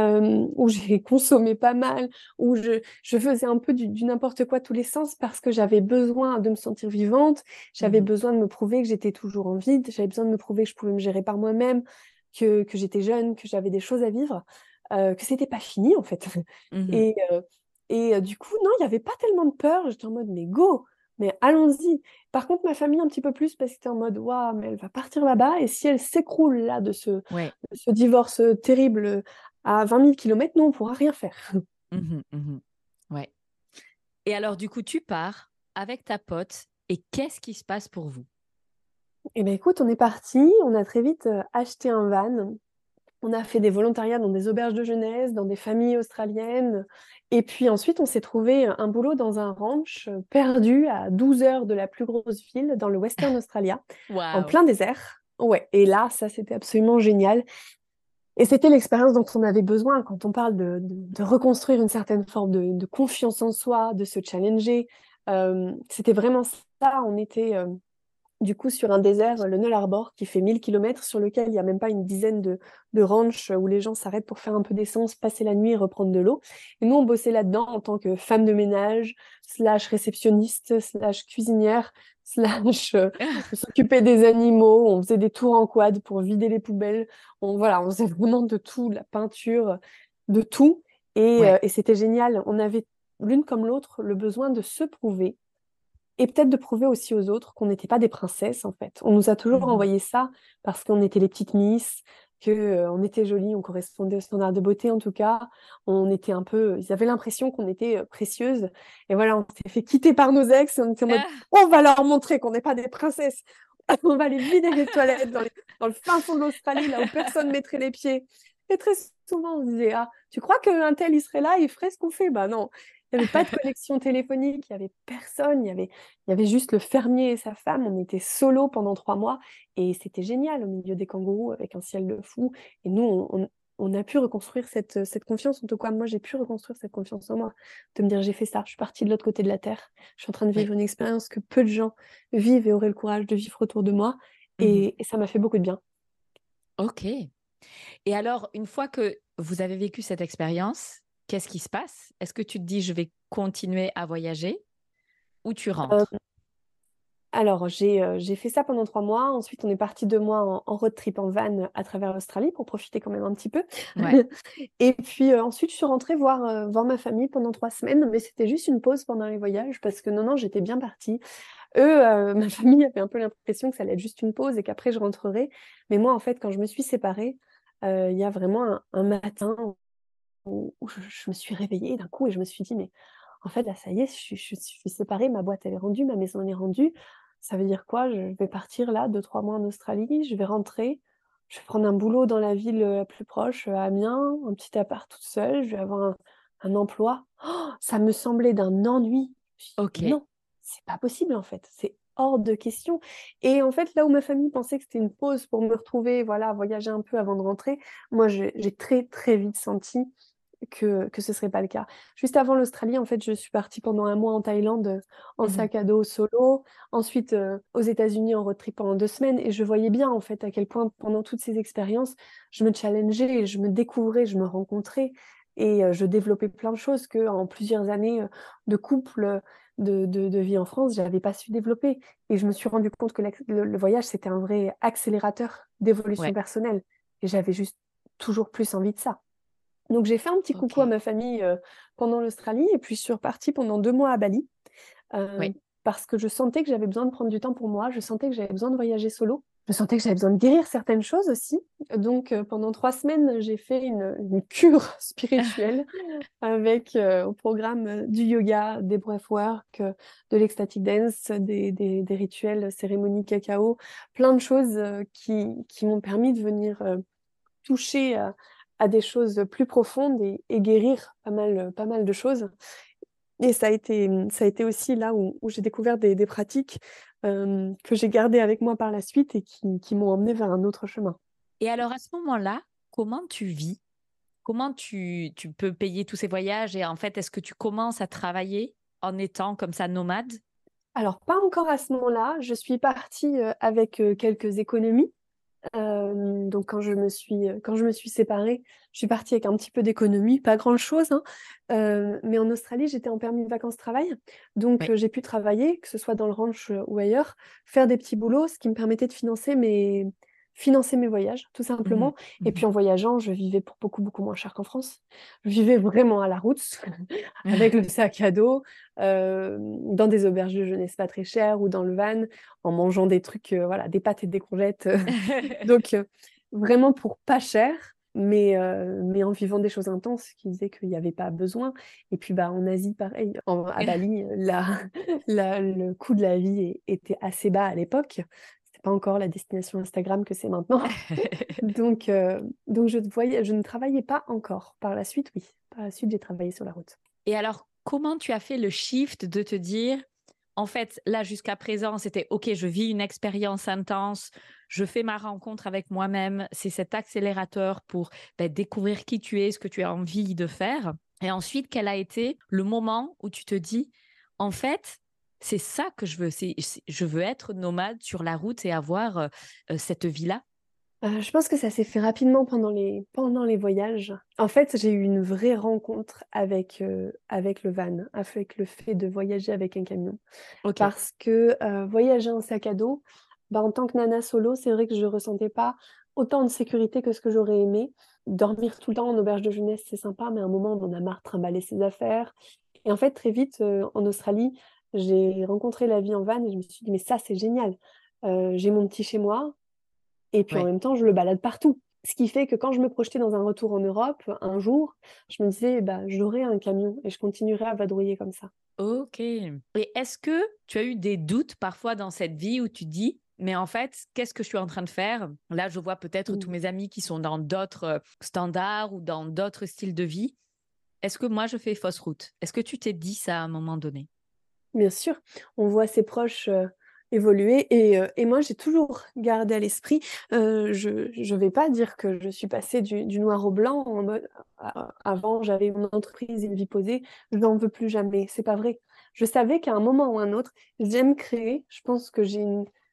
où j'ai consommé pas mal, où je faisais un peu du n'importe quoi tous les sens parce que j'avais besoin de me sentir vivante. J'avais Mhm. besoin de me prouver que j'étais toujours en vide. J'avais besoin de me prouver que je pouvais me gérer par moi-même, que j'étais jeune, que j'avais des choses à vivre, que c'était pas fini en fait. Mhm. Et, du coup, non, il n'y avait pas tellement de peur. J'étais en mode, mais go, mais allons-y. Par contre, ma famille un petit peu plus parce que c'était en mode, waouh, mais elle va partir là-bas. Et si elle s'écroule là Ouais. de ce divorce terrible à 20 000 kilomètres, nous, on pourra rien faire. Mhm. Mhm. Ouais. Et alors, du coup, tu pars avec ta pote et qu'est-ce qui se passe pour vous? Eh bien, écoute, on est parti. On a très vite acheté un van. On a fait des volontariats dans des auberges de jeunesse, dans des familles australiennes. Et puis ensuite, on s'est trouvé un boulot dans un ranch perdu à 12 heures de la plus grosse ville dans le Western Australia, en Waouh. plein désert. Ouais, et là, ça, c'était absolument génial. Et c'était l'expérience dont on avait besoin quand on parle de reconstruire une certaine forme de confiance en soi, de se challenger. C'était vraiment ça. On était du coup sur un désert, le Null Arbor, qui fait 1000 kilomètres, sur lequel il n'y a même pas une dizaine de ranchs où les gens s'arrêtent pour faire un peu d'essence, passer la nuit et reprendre de l'eau. Et nous, on bossait là-dedans en tant que femme de ménage, slash réceptionniste, slash cuisinière, slash on s'occupait des animaux, on faisait des tours en quad pour vider les poubelles. Voilà, on faisait vraiment de tout, la peinture, de tout. Ouais. Et c'était génial. On avait l'une comme l'autre le besoin de se prouver et peut-être de prouver aussi aux autres qu'on n'était pas des princesses, en fait. On nous a toujours Mhm. envoyé ça parce qu'on était les petites miss, que on était jolies, on correspondait aux standards de beauté en tout cas. On était un peu, ils avaient l'impression qu'on était précieuses. Et voilà, on s'est fait quitter par nos ex et on était en mode, Ah. on va leur montrer qu'on n'est pas des princesses. On va les vider les toilettes dans le fin fond de l'Australie, là où personne mettrait les pieds. Et très souvent, on se disait, ah, tu crois qu'un tel, il serait là, il ferait ce qu'on fait? Bah non, il n'y avait pas de connexion téléphonique, il n'y avait personne, il y avait juste le fermier et sa femme. On était solo pendant 3 mois et c'était génial au milieu des kangourous avec un ciel de fou. Et nous, on a pu reconstruire cette confiance. En tout cas, moi, j'ai pu reconstruire cette confiance en moi. De me dire, j'ai fait ça, je suis partie de l'autre côté de la Terre. Je suis en train de Oui. vivre une expérience que peu de gens vivent et auraient le courage de vivre autour de moi. Mhm. Et ça m'a fait beaucoup de bien. OK. Et alors, une fois que vous avez vécu cette expérience, qu'est-ce qui se passe? Est-ce que tu te dis, je vais continuer à voyager ou tu Euh, rentres? Alors, j'ai fait ça pendant 3 mois. Ensuite, on est parti 2 mois en road trip en van à travers l'Australie pour profiter quand même un petit peu. Ouais. Et puis ensuite, je suis rentrée voir ma famille pendant 3 semaines, mais c'était juste une pause pendant les voyages parce que non, non, j'étais bien partie. Eux, ma famille avait un peu l'impression que ça allait être juste une pause et qu'après je rentrerai. Mais moi, en fait, quand je me suis séparée, il y a vraiment un matin où je me suis réveillée d'un coup et je me suis dit, mais en fait, là, ça y est, je suis séparée, ma boîte, elle est rendue, ma maison, elle est rendue. Ça veut dire quoi? Je vais partir là, 2, 3 mois en Australie, je vais rentrer, je vais prendre un boulot dans la ville la plus proche, à Amiens, un petit appart toute seule, je vais avoir un emploi. Oh, ça me semblait d'un ennui. Je me suis dit, OK. non, c'est pas possible en fait, c'est hors de question. Et en fait, là où ma famille pensait que c'était une pause pour me retrouver, voilà, voyager un peu avant de rentrer, moi, j'ai très, très vite senti que ce serait pas le cas. Juste avant l'Australie, en fait, je suis partie pendant un mois en Thaïlande en Mhm. sac à dos solo. Ensuite, aux États-Unis en road trip pendant 2 semaines. Et je voyais bien, en fait, à quel point pendant toutes ces expériences, je me challengeais, je me découvrais, je me rencontrais. Et je développais plein de choses que en plusieurs années de couple, de vie en France, j'avais pas su développer. Et je me suis rendu compte que le voyage, c'était un vrai accélérateur d'évolution Ouais. personnelle. Et j'avais juste toujours plus envie de ça. Donc j'ai fait un petit coucou à OK. ma famille pendant l'Australie et puis je suis repartie pendant 2 mois à Bali euh, Ouais. parce que je sentais que j'avais besoin de prendre du temps pour moi, je sentais que j'avais besoin de voyager solo. je sentais que j'avais besoin de guérir certaines choses aussi. Donc, pendant 3 semaines, j'ai fait une cure spirituelle avec au programme du yoga, des breathwork, de l'ecstatic dance, des rituels, cérémonies cacao, plein de choses qui m'ont permis de venir toucher à des choses plus profondes et guérir pas mal de choses. Et ça a été aussi là où j'ai découvert des pratiques que j'ai gardées avec moi par la suite et qui m'ont emmenée vers un autre chemin. Et alors, à ce moment-là, comment tu vis? Comment tu peux payer tous ces voyages? Et en fait, est-ce que tu commences à travailler en étant comme ça nomade? Alors, pas encore à ce moment-là. Je suis partie avec quelques économies. Donc quand je me suis séparée, je suis partie avec un petit peu d'économie, pas grand-chose, hein. Mais en Australie, j'étais en permis de vacances-travail. Donc Oui. j'ai pu travailler, que ce soit dans le ranch ou ailleurs, faire des petits boulots, ce qui me permettait de financer mes voyages, tout Mhm, simplement. Et mhm. puis en voyageant, je vivais pour beaucoup, beaucoup moins cher qu'en France. Je vivais vraiment à la route, avec le sac à dos, dans des auberges de jeunesse pas très chères ou dans le van, en mangeant des trucs, voilà, des pâtes et des courgettes. Donc, vraiment pour pas cher, mais en vivant des choses intenses qui faisaient qu'il n'y avait pas besoin. Et puis, bah, en Asie, pareil, à Bali, le coût de la vie était assez bas à l'époque. C'était pas encore la destination Instagram que c'est maintenant. Donc je ne travaillais pas encore. Par la suite, oui. Par la suite, j'ai travaillé sur la route. Et alors, comment tu as fait le shift de te dire, en fait, là, jusqu'à présent, c'était OK, je vis une expérience intense, je fais ma rencontre avec moi-même, c'est cet accélérateur pour découvrir qui tu es, ce que tu as envie de faire. Et ensuite, quel a été le moment où tu te dis, en fait, c'est ça que je veux, je veux être nomade sur la route et avoir cette vie-là. Je pense que ça s'est fait rapidement pendant les voyages. En fait, j'ai eu une vraie rencontre avec le van, avec le fait de voyager avec un camion. OK. Parce que voyager en sac à dos, bah, en tant que nana solo, c'est vrai que je ne ressentais pas autant de sécurité que ce que j'aurais aimé. Dormir tout le temps en auberge de jeunesse, c'est sympa, mais à un moment, on en a marre de trimballer ses affaires. Et en fait, très vite, en Australie, j'ai rencontré la vie en van et je me suis dit, mais ça, c'est génial. J'ai mon petit chez moi, et puis en Ouais. même temps, je le balade partout. Ce qui fait que quand je me projetais dans un retour en Europe, un jour, je me disais, bah, j'aurai un camion et je continuerai à vadrouiller comme ça. OK. Et est-ce que tu as eu des doutes parfois dans cette vie où tu dis, mais en fait, qu'est-ce que je suis en train de faire? Là, je vois peut-être tous Mm. mes amis qui sont dans d'autres standards ou dans d'autres styles de vie. Est-ce que moi, je fais fausse route? Est-ce que tu t'es dit ça à un moment donné? Bien sûr, on voit ses proches évoluer et moi, j'ai toujours gardé à l'esprit, je vais pas dire que je suis passée du noir au blanc en mode avant j'avais une entreprise, une vie posée, je n'en veux plus jamais, c'est pas vrai. Je savais qu'à un moment ou un autre, j'aime créer, je pense que j'ai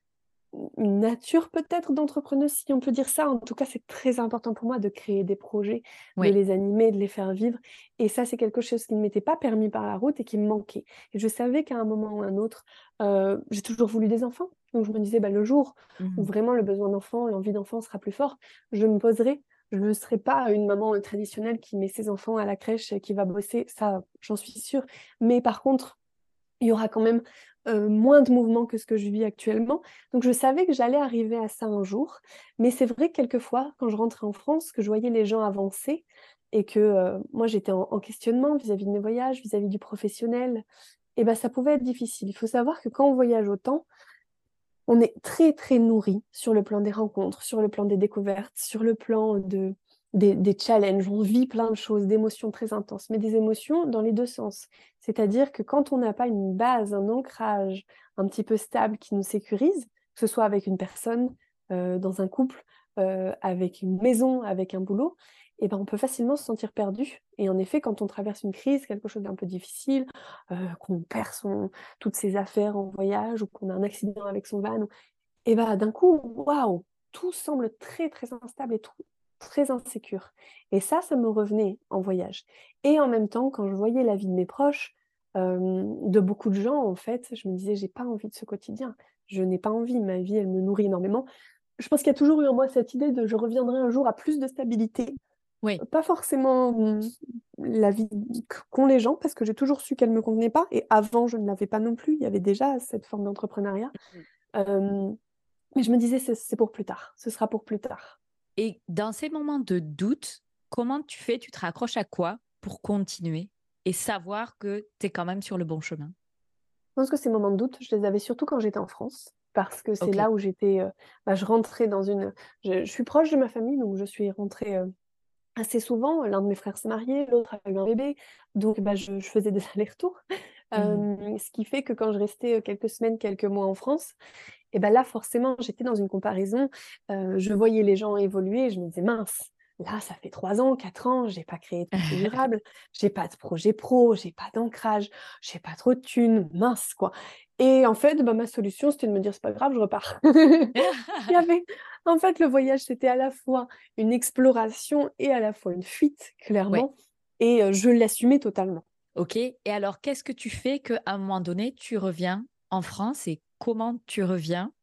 une nature peut-être d'entrepreneuse, si on peut dire ça. En tout cas, c'est très important pour moi de créer des projets, de Oui. les animer, de les faire vivre. Et ça, c'est quelque chose qui ne m'était pas permis par la route et qui me manquait. Et je savais qu'à un moment ou un autre, j'ai toujours voulu des enfants. Donc je me disais, bah, le jour où Mhm. vraiment le besoin d'enfant, l'envie d'enfant sera plus fort, je me poserai. Je ne serai pas une maman traditionnelle qui met ses enfants à la crèche et qui va bosser. Ça, j'en suis sûre. Mais par contre, il y aura quand même moins de mouvements que ce que je vis actuellement. Donc je savais que j'allais arriver à ça un jour. Mais c'est vrai que quelquefois, quand je rentrais en France, que je voyais les gens avancer et que moi j'étais en questionnement vis-à-vis de mes voyages, vis-à-vis du professionnel, et ben ça pouvait être difficile. Il faut savoir que quand on voyage autant, on est très très nourri sur le plan des rencontres, sur le plan des découvertes, sur le plan des challenges. On vit plein de choses, d'émotions très intenses, mais des émotions dans les deux sens. C'est-à-dire que quand on n'a pas une base, un ancrage un petit peu stable qui nous sécurise, que ce soit avec une personne, dans un couple, avec une maison, avec un boulot, et ben on peut facilement se sentir perdu. Et en effet, quand on traverse une crise, quelque chose d'un peu difficile, qu'on perd toutes ses affaires en voyage ou qu'on a un accident avec son van, et bah d'un coup, waouh, tout semble très très instable et très insécure. Et ça me revenait en voyage. Et en même temps, quand je voyais la vie de mes proches, de beaucoup de gens, en fait, je me disais, j'ai pas envie de ce quotidien. Je n'ai pas envie, ma vie, elle me nourrit énormément. Je pense qu'il y a toujours eu en moi cette idée de je reviendrai un jour à plus de stabilité, Oui. pas forcément la vie qu'ont les gens, parce que j'ai toujours su qu'elle ne me convenait pas. Et avant, je ne l'avais pas non plus. Il y avait déjà cette forme d'entrepreneuriat. Mhm. Euh, Mais je me disais, c'est pour plus tard, ce sera pour plus tard. Et dans ces moments de doute, comment tu fais? Tu te raccroches à quoi pour continuer et savoir que tu es quand même sur le bon chemin? Je pense que ces moments de doute, je les avais surtout quand j'étais en France, parce que c'est Ok. là où j'étais, je rentrais dans une... Je suis proche de ma famille, donc je suis rentrée assez souvent. L'un de mes frères s'est marié, l'autre a eu un bébé, donc je faisais des allers-retours. Mhm. Ce qui fait que quand je restais quelques semaines, quelques mois en France, et ben là, forcément, j'étais dans une comparaison. Je voyais les gens évoluer, je me disais, mince, là, ça fait 3 ans, 4 ans, j'ai pas créé de café durable, j'ai pas de projet pro, j'ai pas d'ancrage, j'ai pas trop de thunes, mince, quoi. Et en fait, ma solution, c'était de me dire, c'est pas grave, je repars. Il y avait, en fait, le voyage, c'était à la fois une exploration et à la fois une fuite, Ouais. clairement. Et je l'assumais totalement. Ok. Et alors, qu'est-ce que tu fais qu'à un moment donné, tu reviens en France et comment tu reviens?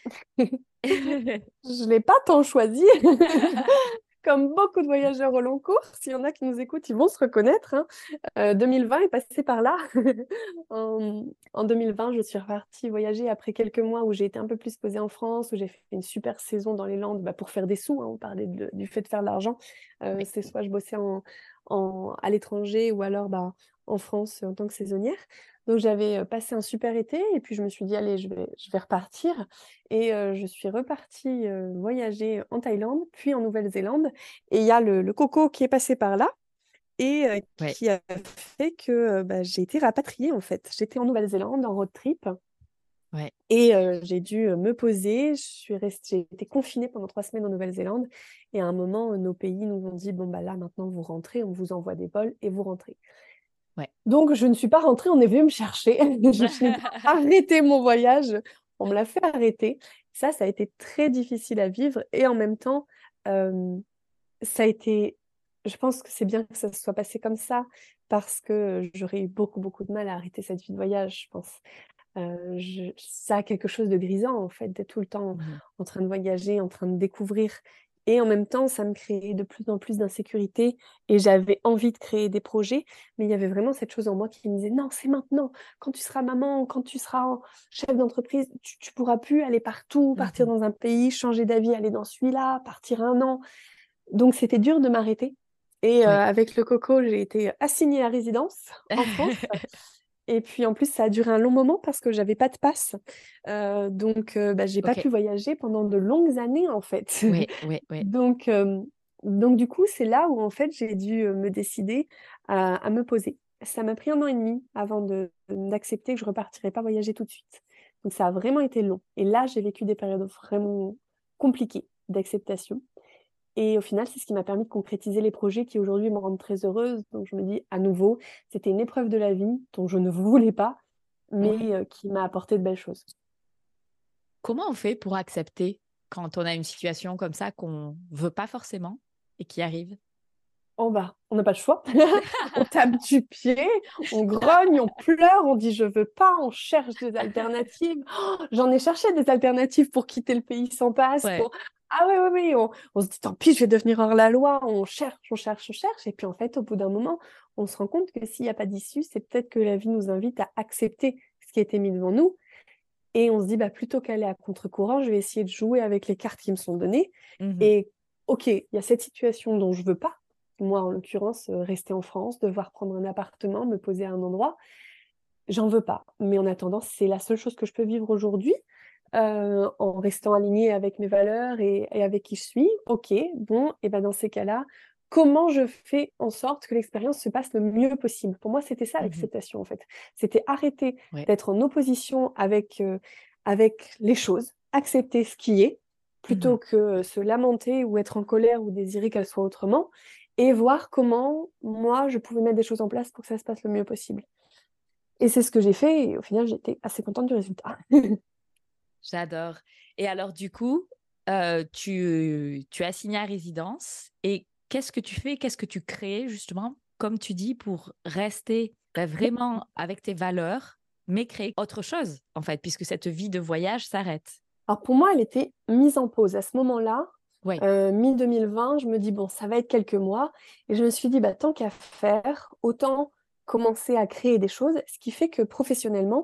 Je l'ai pas tant choisi. Comme beaucoup de voyageurs au long cours, s'il y en a qui nous écoutent, ils vont se reconnaître, hein. 2020 est passé par là. En, en 2020, je suis repartie voyager après quelques mois où j'ai été un peu plus posée en France, où j'ai fait une super saison dans les Landes pour faire des sous, hein. On parlait du fait de faire de l'argent. Oui. C'est soit je bossais à l'étranger ou alors en France en tant que saisonnière. Donc j'avais passé un super été et puis je me suis dit, allez, je vais repartir. Et je suis repartie voyager en Thaïlande, puis en Nouvelle-Zélande. Et il y a le coco qui est passé par là et Ouais. qui a fait que j'ai été rapatriée en fait. J'étais en Nouvelle-Zélande en road trip Ouais. et j'ai dû me poser. J'ai été confinée pendant 3 semaines en Nouvelle-Zélande. Et à un moment, nos pays nous ont dit, bon, bah là, maintenant, vous rentrez, on vous envoie des vols et vous rentrez. Ouais. Donc, je ne suis pas rentrée, on est venu me chercher. Je n'ai pas arrêté mon voyage, on me l'a fait arrêter. Ça a été très difficile à vivre et en même temps, euh, ça a été... Je pense que c'est bien que ça se soit passé comme ça parce que j'aurais eu beaucoup, beaucoup de mal à arrêter cette vie de voyage, je pense. Ça a quelque chose de grisant, en fait, d'être tout le temps Mhm. en train de voyager, en train de découvrir. Et en même temps, ça me créait de plus en plus d'insécurité et j'avais envie de créer des projets, mais il y avait vraiment cette chose en moi qui me disait, non, c'est maintenant, quand tu seras maman, quand tu seras chef d'entreprise, tu pourras plus aller partout, partir Mhm. dans un pays, changer d'avis, aller dans celui-là, partir un an. Donc, c'était dur de m'arrêter. Et Ouais. avec le coco, j'ai été assignée à résidence en France. Et puis en plus, ça a duré un long moment parce que j'avais pas de passe. Donc, j'ai pas Ok. pu voyager pendant de longues années en fait. Ouais. Ouais. Ouais. Donc, euh, donc du coup, c'est là où en fait j'ai dû me décider à me poser. Ça m'a pris 1 an et demi avant d'accepter que je repartirais pas voyager tout de suite. Donc ça a vraiment été long. Et là, j'ai vécu des périodes vraiment compliquées d'acceptation. Et au final, c'est ce qui m'a permis de concrétiser les projets qui aujourd'hui me rendent très heureuse. Donc je me dis à nouveau, c'était une épreuve de la vie dont je ne voulais pas, Ouais. mais qui m'a apporté de belles choses. Comment on fait pour accepter quand on a une situation comme ça qu'on veut pas forcément et qui arrive? Oh bah, on n'a pas le choix. On tape du pied, on grogne, on pleure, on dit je veux pas, on cherche des alternatives. Oh, j'en ai cherché des alternatives pour quitter le pays sans passe. Ouais. Ah oui, oui, oui. On se dit tant pis, je vais devenir hors la loi. On cherche, on cherche, on cherche. Et puis en fait, au bout d'un moment, on se rend compte que s'il n'y a pas d'issue, c'est peut-être que la vie nous invite à accepter ce qui a été mis devant nous. Et on se dit, bah, plutôt qu'aller à contre-courant, je vais essayer de jouer avec les cartes qui me sont données. Mhm. Et ok, il y a cette situation dont je veux pas. Moi, en l'occurrence, rester en France, devoir prendre un appartement, me poser à un endroit, j'en veux pas. Mais en attendant, c'est la seule chose que je peux vivre aujourd'hui, en restant alignée avec mes valeurs et avec qui je suis. Ok, bon, et ben dans ces cas-là, comment je fais en sorte que l'expérience se passe le mieux possible? Pour moi, c'était ça Mhm. l'acceptation, en fait. C'était arrêter Ouais. d'être en opposition avec les choses, accepter ce qui est, plutôt Mhm. que se lamenter ou être en colère ou désirer qu'elle soit autrement, et voir comment moi, je pouvais mettre des choses en place pour que ça se passe le mieux possible. Et c'est ce que j'ai fait, et au final, j'étais assez contente du résultat. J'adore. Et alors, du coup, tu as signé à résidence et qu'est-ce que tu fais? Qu'est-ce que tu crées, justement, comme tu dis, pour rester vraiment avec tes valeurs, mais créer autre chose, en fait, puisque cette vie de voyage s'arrête. Alors pour moi, elle était mise en pause à ce moment-là, Oui. mi-2020. Je me dis, bon, ça va être quelques mois. Et je me suis dit, bah, tant qu'à faire, autant commencer à créer des choses. Ce qui fait que professionnellement,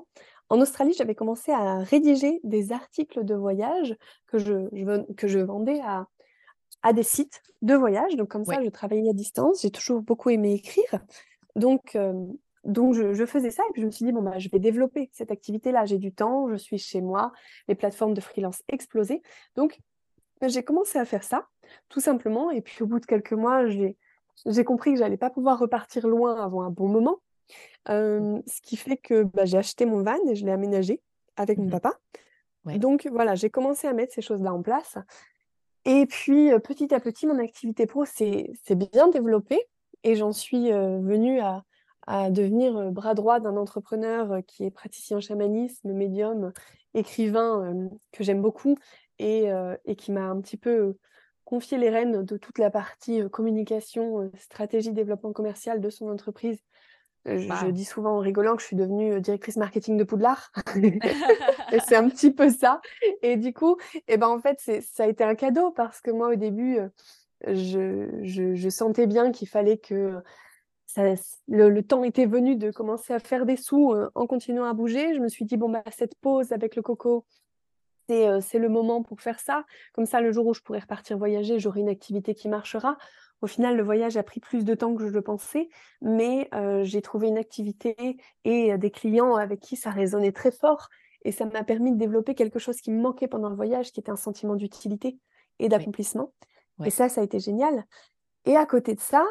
En Australie, j'avais commencé à rédiger des articles de voyage que je vendais à des sites de voyage. Donc, comme Ouais. ça, je travaillais à distance. J'ai toujours beaucoup aimé écrire. Donc, euh, donc je faisais ça et puis je me suis dit, bon, bah, je vais développer cette activité-là. J'ai du temps, je suis chez moi, les plateformes de freelance explosaient. Donc, j'ai commencé à faire ça, tout simplement. Et puis, au bout de quelques mois, j'ai compris que j'allais pas pouvoir repartir loin avant un bon moment. Ce qui fait que bah, j'ai acheté mon van et je l'ai aménagé avec mon Mhm. papa. Ouais. Donc, voilà, j'ai commencé à mettre ces choses-là en place. Et puis, petit à petit, mon activité pro s'est bien développée et j'en suis venue à devenir bras droit d'un entrepreneur qui est praticien en chamanisme, médium, écrivain, que j'aime beaucoup et qui m'a un petit peu confié les rênes de toute la partie communication, stratégie, développement commercial de son entreprise. Je Waouh. dis souvent en rigolant que je suis devenue directrice marketing de Poudlard. Et c'est un petit peu ça. Et du coup, en fait, ça a été un cadeau parce que moi, au début, je sentais bien qu'il fallait que ça, le temps était venu de commencer à faire des sous en continuant à bouger. Je me suis dit, bon, bah, cette pause avec le coco, c'est le moment pour faire ça. Comme ça, le jour où je pourrai repartir voyager, j'aurai une activité qui marchera. Au final, le voyage a pris plus de temps que je le pensais, mais j'ai trouvé une activité et des clients avec qui ça résonnait très fort. Et ça m'a permis de développer quelque chose qui me manquait pendant le voyage, qui était un sentiment d'utilité et Ouais. d'accomplissement. Et Ouais. ça a été génial. Et à côté de ça,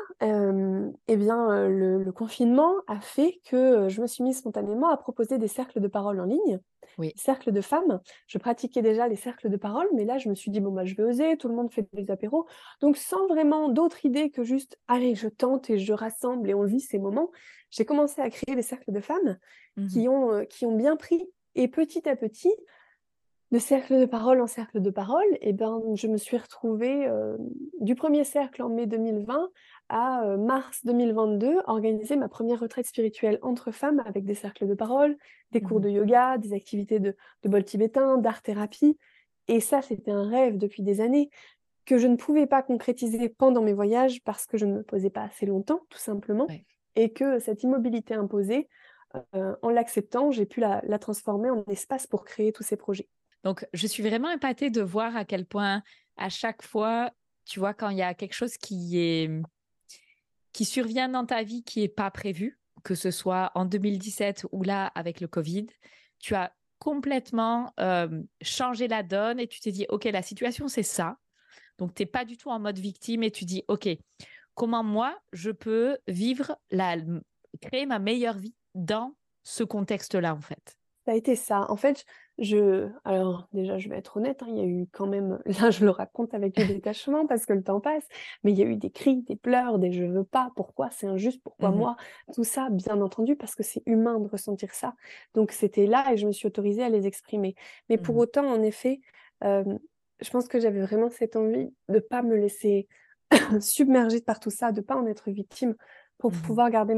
le confinement a fait que je me suis mise spontanément à proposer des cercles de parole en ligne, Oui. des cercles de femmes. Je pratiquais déjà les cercles de parole, mais là, je me suis dit, bon, bah, je vais oser, tout le monde fait des apéros. Donc, sans vraiment d'autre idée que juste, allez, je tente et je rassemble et on vit ces moments, j'ai commencé à créer des cercles de femmes Mhm. qui ont bien pris. Et petit à petit, de cercle de parole en cercle de parole, je me suis retrouvée du premier cercle en mai 2020 à mars 2022, organiser ma première retraite spirituelle entre femmes avec des cercles de parole, des cours Mhm. de yoga, des activités de bol tibétain, d'art-thérapie. Et ça, c'était un rêve depuis des années que je ne pouvais pas concrétiser pendant mes voyages parce que je ne me posais pas assez longtemps, tout simplement, Ouais. et que cette immobilité imposée, en l'acceptant, j'ai pu la transformer en espace pour créer tous ces projets. Donc, je suis vraiment épatée de voir à quel point, à chaque fois, tu vois, quand il y a quelque chose qui survient dans ta vie qui est pas prévu, que ce soit en 2017 ou là avec le Covid, tu as complètement changé la donne et tu t'es dit, OK, la situation, c'est ça. Donc, tu n'es pas du tout en mode victime et tu dis, OK, comment moi, je peux créer ma meilleure vie dans ce contexte-là, en fait. Ça a été ça. En fait, alors déjà, je vais être honnête, hein, il y a eu quand même, là, je le raconte avec du détachement parce que le temps passe, mais il y a eu des cris, des pleurs, des je veux pas, pourquoi c'est injuste, pourquoi Mhm. moi, tout ça, bien entendu, parce que c'est humain de ressentir ça. Donc, c'était là et je me suis autorisée à les exprimer. Mais pour Mhm. autant, en effet, euh, je pense que j'avais vraiment cette envie de pas me laisser submerger par tout ça, de pas en être victime pour Mhm. pouvoir garder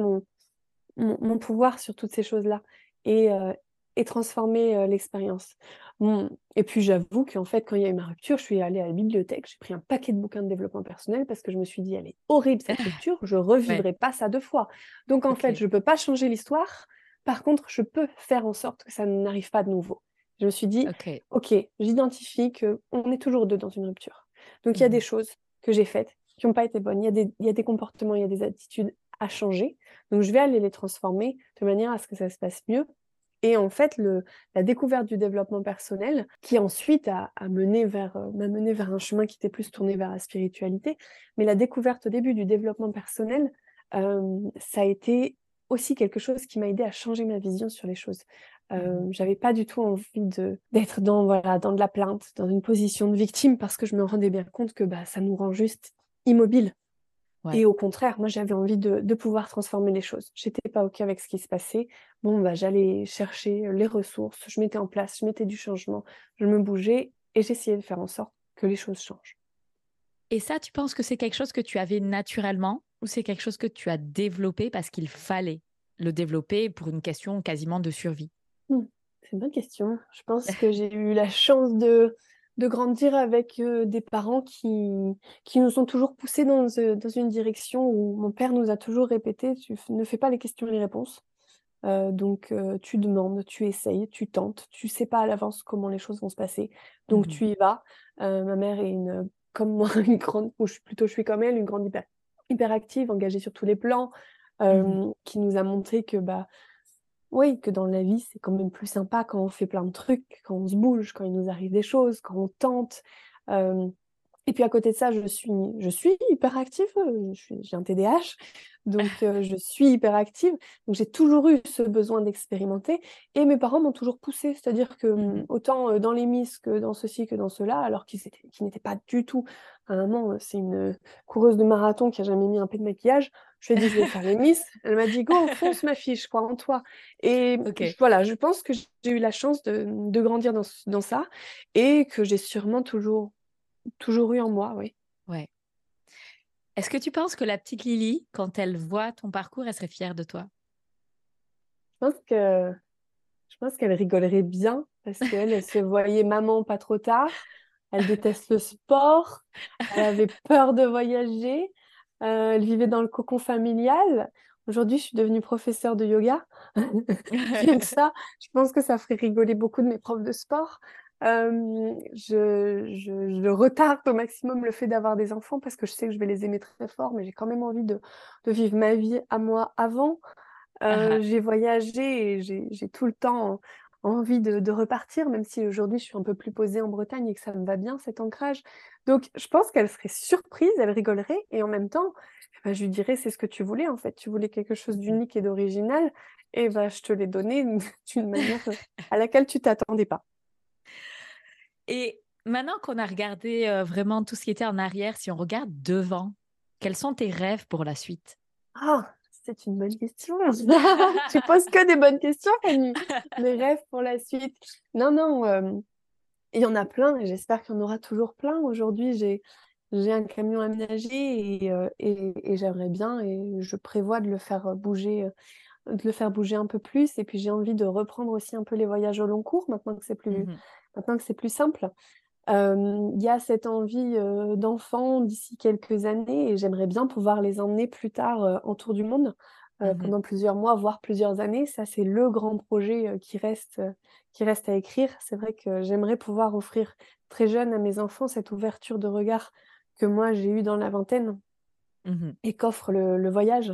mon pouvoir sur toutes ces choses-là et, euh, et transformer l'expérience. Et puis j'avoue qu'en fait, quand il y a eu ma rupture, je suis allée à la bibliothèque, j'ai pris un paquet de bouquins de développement personnel parce que je me suis dit, elle est horrible cette rupture, je Ouais, revivrai pas ça deux fois. Donc en fait, ok. je peux pas changer l'histoire, par contre, je peux faire en sorte que ça n'arrive pas de nouveau. Je me suis dit, Ok. ok, j'identifie qu'on est toujours deux dans une rupture. Donc il y a des Mhm. choses que j'ai faites qui n'ont pas été bonnes, il y a des comportements, il y a des attitudes à changer. Donc, je vais aller les transformer de manière à ce que ça se passe mieux. Et en fait, la découverte du développement personnel, qui ensuite m'a mené vers un chemin qui était plus tourné vers la spiritualité, mais la découverte au début du développement personnel, ça a été aussi quelque chose qui m'a aidé à changer ma vision sur les choses. Mhm. J'avais pas du tout envie d'être dans, voilà, dans de la plainte, dans une position de victime, parce que je me rendais bien compte que bah, ça nous rend juste immobile. Ouais. Et au contraire, moi, j'avais envie de pouvoir transformer les choses. J'étais pas OK avec ce qui se passait. Bon, bah, j'allais chercher les ressources, je mettais en place, je mettais du changement, je me bougeais et j'essayais de faire en sorte que les choses changent. Et ça, tu penses que c'est quelque chose que tu avais naturellement ou c'est quelque chose que tu as développé parce qu'il fallait le développer pour une question quasiment de survie? Hmm, c'est une bonne question. Je pense que j'ai eu la chance de grandir avec des parents qui nous ont toujours poussés dans une direction où mon père nous a toujours répété, ne fais pas les questions et les réponses. Donc tu demandes, tu essayes, tu tentes, tu sais pas à l'avance comment les choses vont se passer, donc Mmh. tu y vas. Ma mère est comme moi, une grande ou je suis comme elle, une grande hyperactive, engagée sur tous les plans, Mmh. qui nous a montré que, oui, que dans la vie, c'est quand même plus sympa quand on fait plein de trucs, quand on se bouge, quand il nous arrive des choses, quand on tente. Hem Et puis à côté de ça, je suis hyperactive, j'ai un TDAH, donc je suis hyperactive, donc j'ai toujours eu ce besoin d'expérimenter et mes parents m'ont toujours poussée. C'est-à-dire que, Mmh. autant, dans les Miss que dans ceci, que dans cela, alors qu'ils n'étaient pas du tout. À un moment, c'est une, coureuse de marathon qui a jamais mis un peu de maquillage. Je lui ai dit: «Je vais faire les Miss». Elle m'a dit: «Go, fonce ma fille, je crois en toi». Et OK. voilà, je pense que j'ai eu la chance de grandir dans ça et que j'ai sûrement toujours eu en moi, oui. Ouais. Est-ce que tu penses que la petite Lily, quand elle voit ton parcours, elle serait fière de toi? Je pense que je pense qu'elle rigolerait bien parce qu'elle, elle se voyait maman pas trop tard. Elle déteste le sport. Elle avait peur de voyager. Elle vivait dans le cocon familial. Aujourd'hui, je suis devenue professeure de yoga. Rien que ça, je pense que ça ferait rigoler beaucoup de mes profs de sport. Je retarde au maximum le fait d'avoir des enfants parce que je sais que je vais les aimer très fort, mais j'ai quand même envie de vivre ma vie à moi avant. Ah J'ai voyagé et j'ai tout le temps envie de repartir, même si aujourd'hui je suis un peu plus posée en Bretagne et que ça me va bien cet ancrage. Donc je pense qu'elle serait surprise, elle rigolerait et en même temps, je lui dirais: «C'est ce que tu voulais en fait, tu voulais quelque chose Mmh. d'unique et d'original et je te l'ai donné d'une manière, à laquelle tu t'attendais pas». Et maintenant qu'on a regardé, vraiment tout ce qui était en arrière, si on regarde devant, quels sont tes rêves pour la suite? Ah! C'est une bonne question. Tu poses que des bonnes questions, Fanny. Mes rêves pour la suite? Non, non, il y en a plein et j'espère qu'il y en aura toujours plein. Aujourd'hui, j'ai un camion aménagé et j'aimerais bien et je prévois de le faire bouger un peu plus et puis j'ai envie de reprendre aussi un peu les voyages au long cours Mmh. maintenant que c'est plus simple. Il y a cette envie, d'enfant d'ici quelques années et j'aimerais bien pouvoir les emmener plus tard, en tour du monde, Mmh. pendant plusieurs mois, voire plusieurs années. Ça, c'est le grand projet, qui reste à écrire. C'est vrai que j'aimerais pouvoir offrir très jeune à mes enfants cette ouverture de regard que moi j'ai eue dans la vingtaine Mmh. et qu'offre le voyage.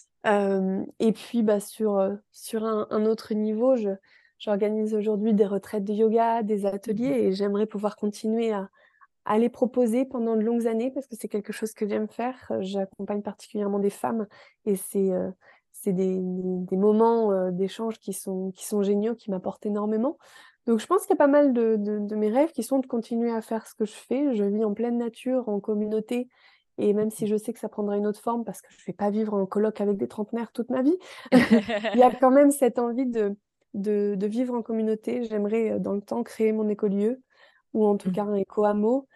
Et puis, sur un autre niveau, j'organise aujourd'hui des retraites de yoga, des ateliers Mmh. et j'aimerais pouvoir continuer à les proposer pendant de longues années parce que c'est quelque chose que j'aime faire. J'accompagne particulièrement des femmes et c'est des moments, d'échange qui sont géniaux, qui m'apportent énormément. Donc je pense qu'il y a pas mal de mes rêves qui sont de continuer à faire ce que je fais. Je vis en pleine nature, en communauté et même si je sais que ça prendra une autre forme parce que je vais pas vivre en coloc avec des trentenaires toute ma vie, il y a quand même cette envie de vivre en communauté. J'aimerais, dans le temps, créer mon écolieu ou en tout Mmh. cas un éco-hameau,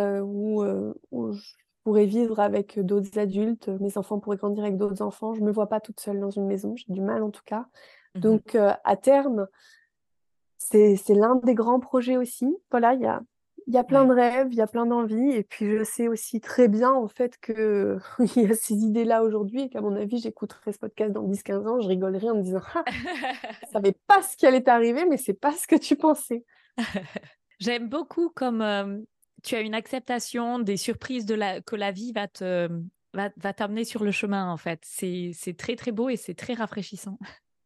où je pourrais vivre avec d'autres adultes, mes enfants pourraient grandir avec d'autres enfants. Je me vois pas toute seule dans une maison, j'ai du mal en tout cas. Mmh. Donc à terme, c'est l'un des grands projets aussi. Voilà, il y a plein Ouais. de rêves, il y a plein d'envies et puis je sais aussi très bien en fait que il y a ces idées-là aujourd'hui et qu'à mon avis, j'écouterai ce podcast dans 10-15 ans, je rigolerai en me disant: «Ah! Je savais pas ce qui allait t'arriver, mais c'est pas ce que tu pensais». J'aime beaucoup comme, tu as une acceptation des surprises que la vie va t'amener sur le chemin, en fait. C'est très, très beau et c'est très rafraîchissant.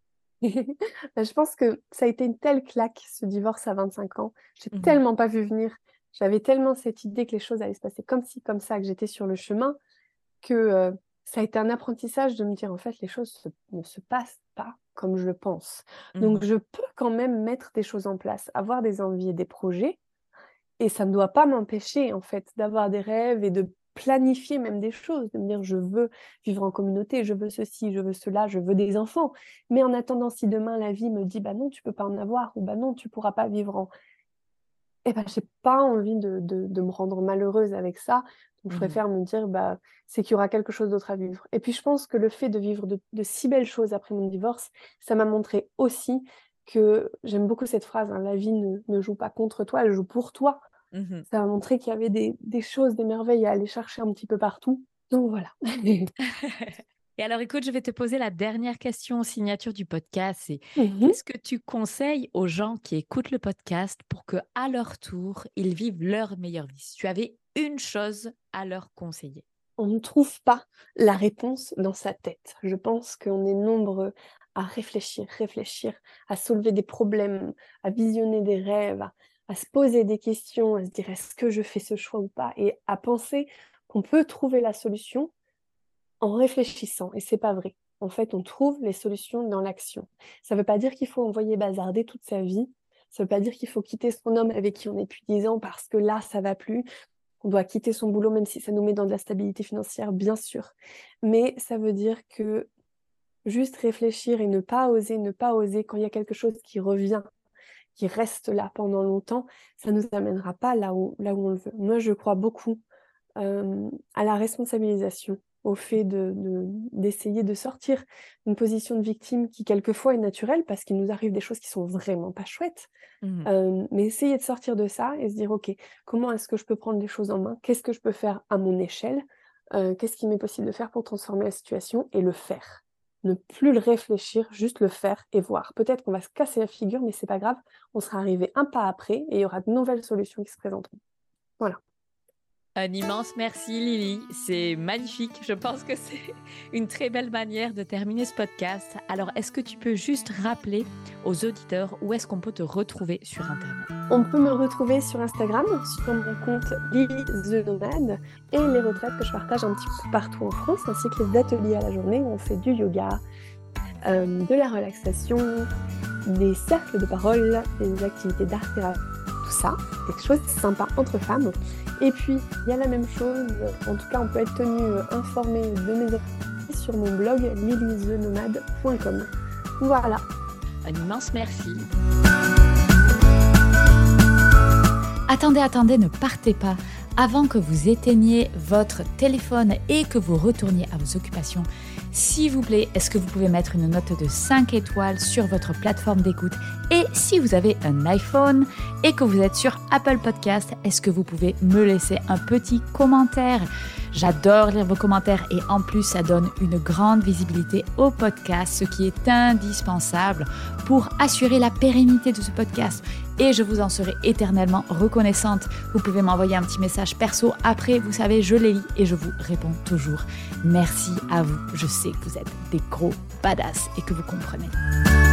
Je pense que ça a été une telle claque, ce divorce à 25 ans. J'ai Mmh. tellement pas vu venir. J'avais tellement cette idée que les choses allaient se passer comme ci, comme ça, que j'étais sur le chemin, que ça a été un apprentissage de me dire, en fait, les choses ne se passent pas comme je le pense. Donc, Mmh. je peux quand même mettre des choses en place, avoir des envies et des projets, et ça ne doit pas m'empêcher, en fait, d'avoir des rêves et de planifier même des choses, de me dire: «Je veux vivre en communauté, je veux ceci, je veux cela, je veux des enfants». Mais en attendant, si demain la vie me dit: «Bah non, tu peux pas en avoir» ou «Bah non, tu pourras pas vivre en» j'ai pas envie de me rendre malheureuse avec ça. Donc je Mmh. préfère me dire: c'est qu'il y aura quelque chose d'autre à vivre. Et puis je pense que le fait de vivre de si belles choses après mon divorce, ça m'a montré aussi que j'aime beaucoup cette phrase, hein: «La vie ne joue pas contre toi, elle joue pour toi». Mmh. Ça m'a montré qu'il y avait des choses, des merveilles à aller chercher un petit peu partout. Donc voilà. Et alors, écoute, je vais te poser la dernière question signature du podcast. C'est Mhm. qu'est-ce que tu conseilles aux gens qui écoutent le podcast pour que, à leur tour, ils vivent leur meilleure vie? Si tu avais une chose à leur conseiller. On ne trouve pas la réponse dans sa tête. Je pense qu'on est nombreux à réfléchir, à soulever des problèmes, à visionner des rêves, à se poser des questions, à se dire est-ce que je fais ce choix ou pas, et à penser qu'on peut trouver la solution en réfléchissant. Et c'est pas vrai. En fait, on trouve les solutions dans l'action. Ça veut pas dire qu'il faut envoyer bazarder toute sa vie. Ça veut pas dire qu'il faut quitter son homme avec qui on est depuis 10 ans parce que là, ça va plus. On doit quitter son boulot même si ça nous met dans de la stabilité financière, bien sûr. Mais ça veut dire que juste réfléchir et ne pas oser quand il y a quelque chose qui revient, qui reste là pendant longtemps, ça nous amènera pas là où on le veut. Moi, je crois beaucoup à la responsabilisation, au fait d'essayer de sortir d'une position de victime qui quelquefois est naturelle parce qu'il nous arrive des choses qui sont vraiment pas chouettes. Mhm. Mais essayer de sortir de ça et se dire ok, comment est-ce que je peux prendre les choses en main? Qu'est-ce que je peux faire à mon échelle? Qu'est-ce qu'il m'est possible de faire pour transformer la situation et le faire? Ne plus le réfléchir, juste le faire et voir. Peut-être qu'on va se casser la figure, mais c'est pas grave, on sera arrivé un pas après et il y aura de nouvelles solutions qui se présenteront. Voilà. Un immense merci Lily, c'est magnifique. Je pense que c'est une très belle manière de terminer ce podcast. Alors, est-ce que tu peux juste rappeler aux auditeurs où est-ce qu'on peut te retrouver sur Internet? On peut me retrouver sur Instagram, sur mon compte Lily the Nomade, et les retraites que je partage un petit peu partout en France, ainsi que les ateliers à la journée où on fait du yoga, de la relaxation, des cercles de parole, des activités d'art-thérapie, tout ça, quelque chose de sympa entre femmes. Et puis, il y a la même chose, en tout cas, on peut être tenu informé de mes activités sur mon blog lilythenomade.com. Voilà. Un immense merci. Attendez, ne partez pas. Avant que vous éteigniez votre téléphone et que vous retourniez à vos occupations, s'il vous plaît, est-ce que vous pouvez mettre une note de 5 étoiles sur votre plateforme d'écoute? Et si vous avez un iPhone et que vous êtes sur Apple Podcast, est-ce que vous pouvez me laisser un petit commentaire? J'adore lire vos commentaires et en plus, ça donne une grande visibilité au podcast, ce qui est indispensable pour assurer la pérennité de ce podcast. Et je vous en serai éternellement reconnaissante. Vous pouvez m'envoyer un petit message perso après, vous savez, je les lis et je vous réponds toujours. Merci à vous. Je sais que vous êtes des gros badass et que vous comprenez.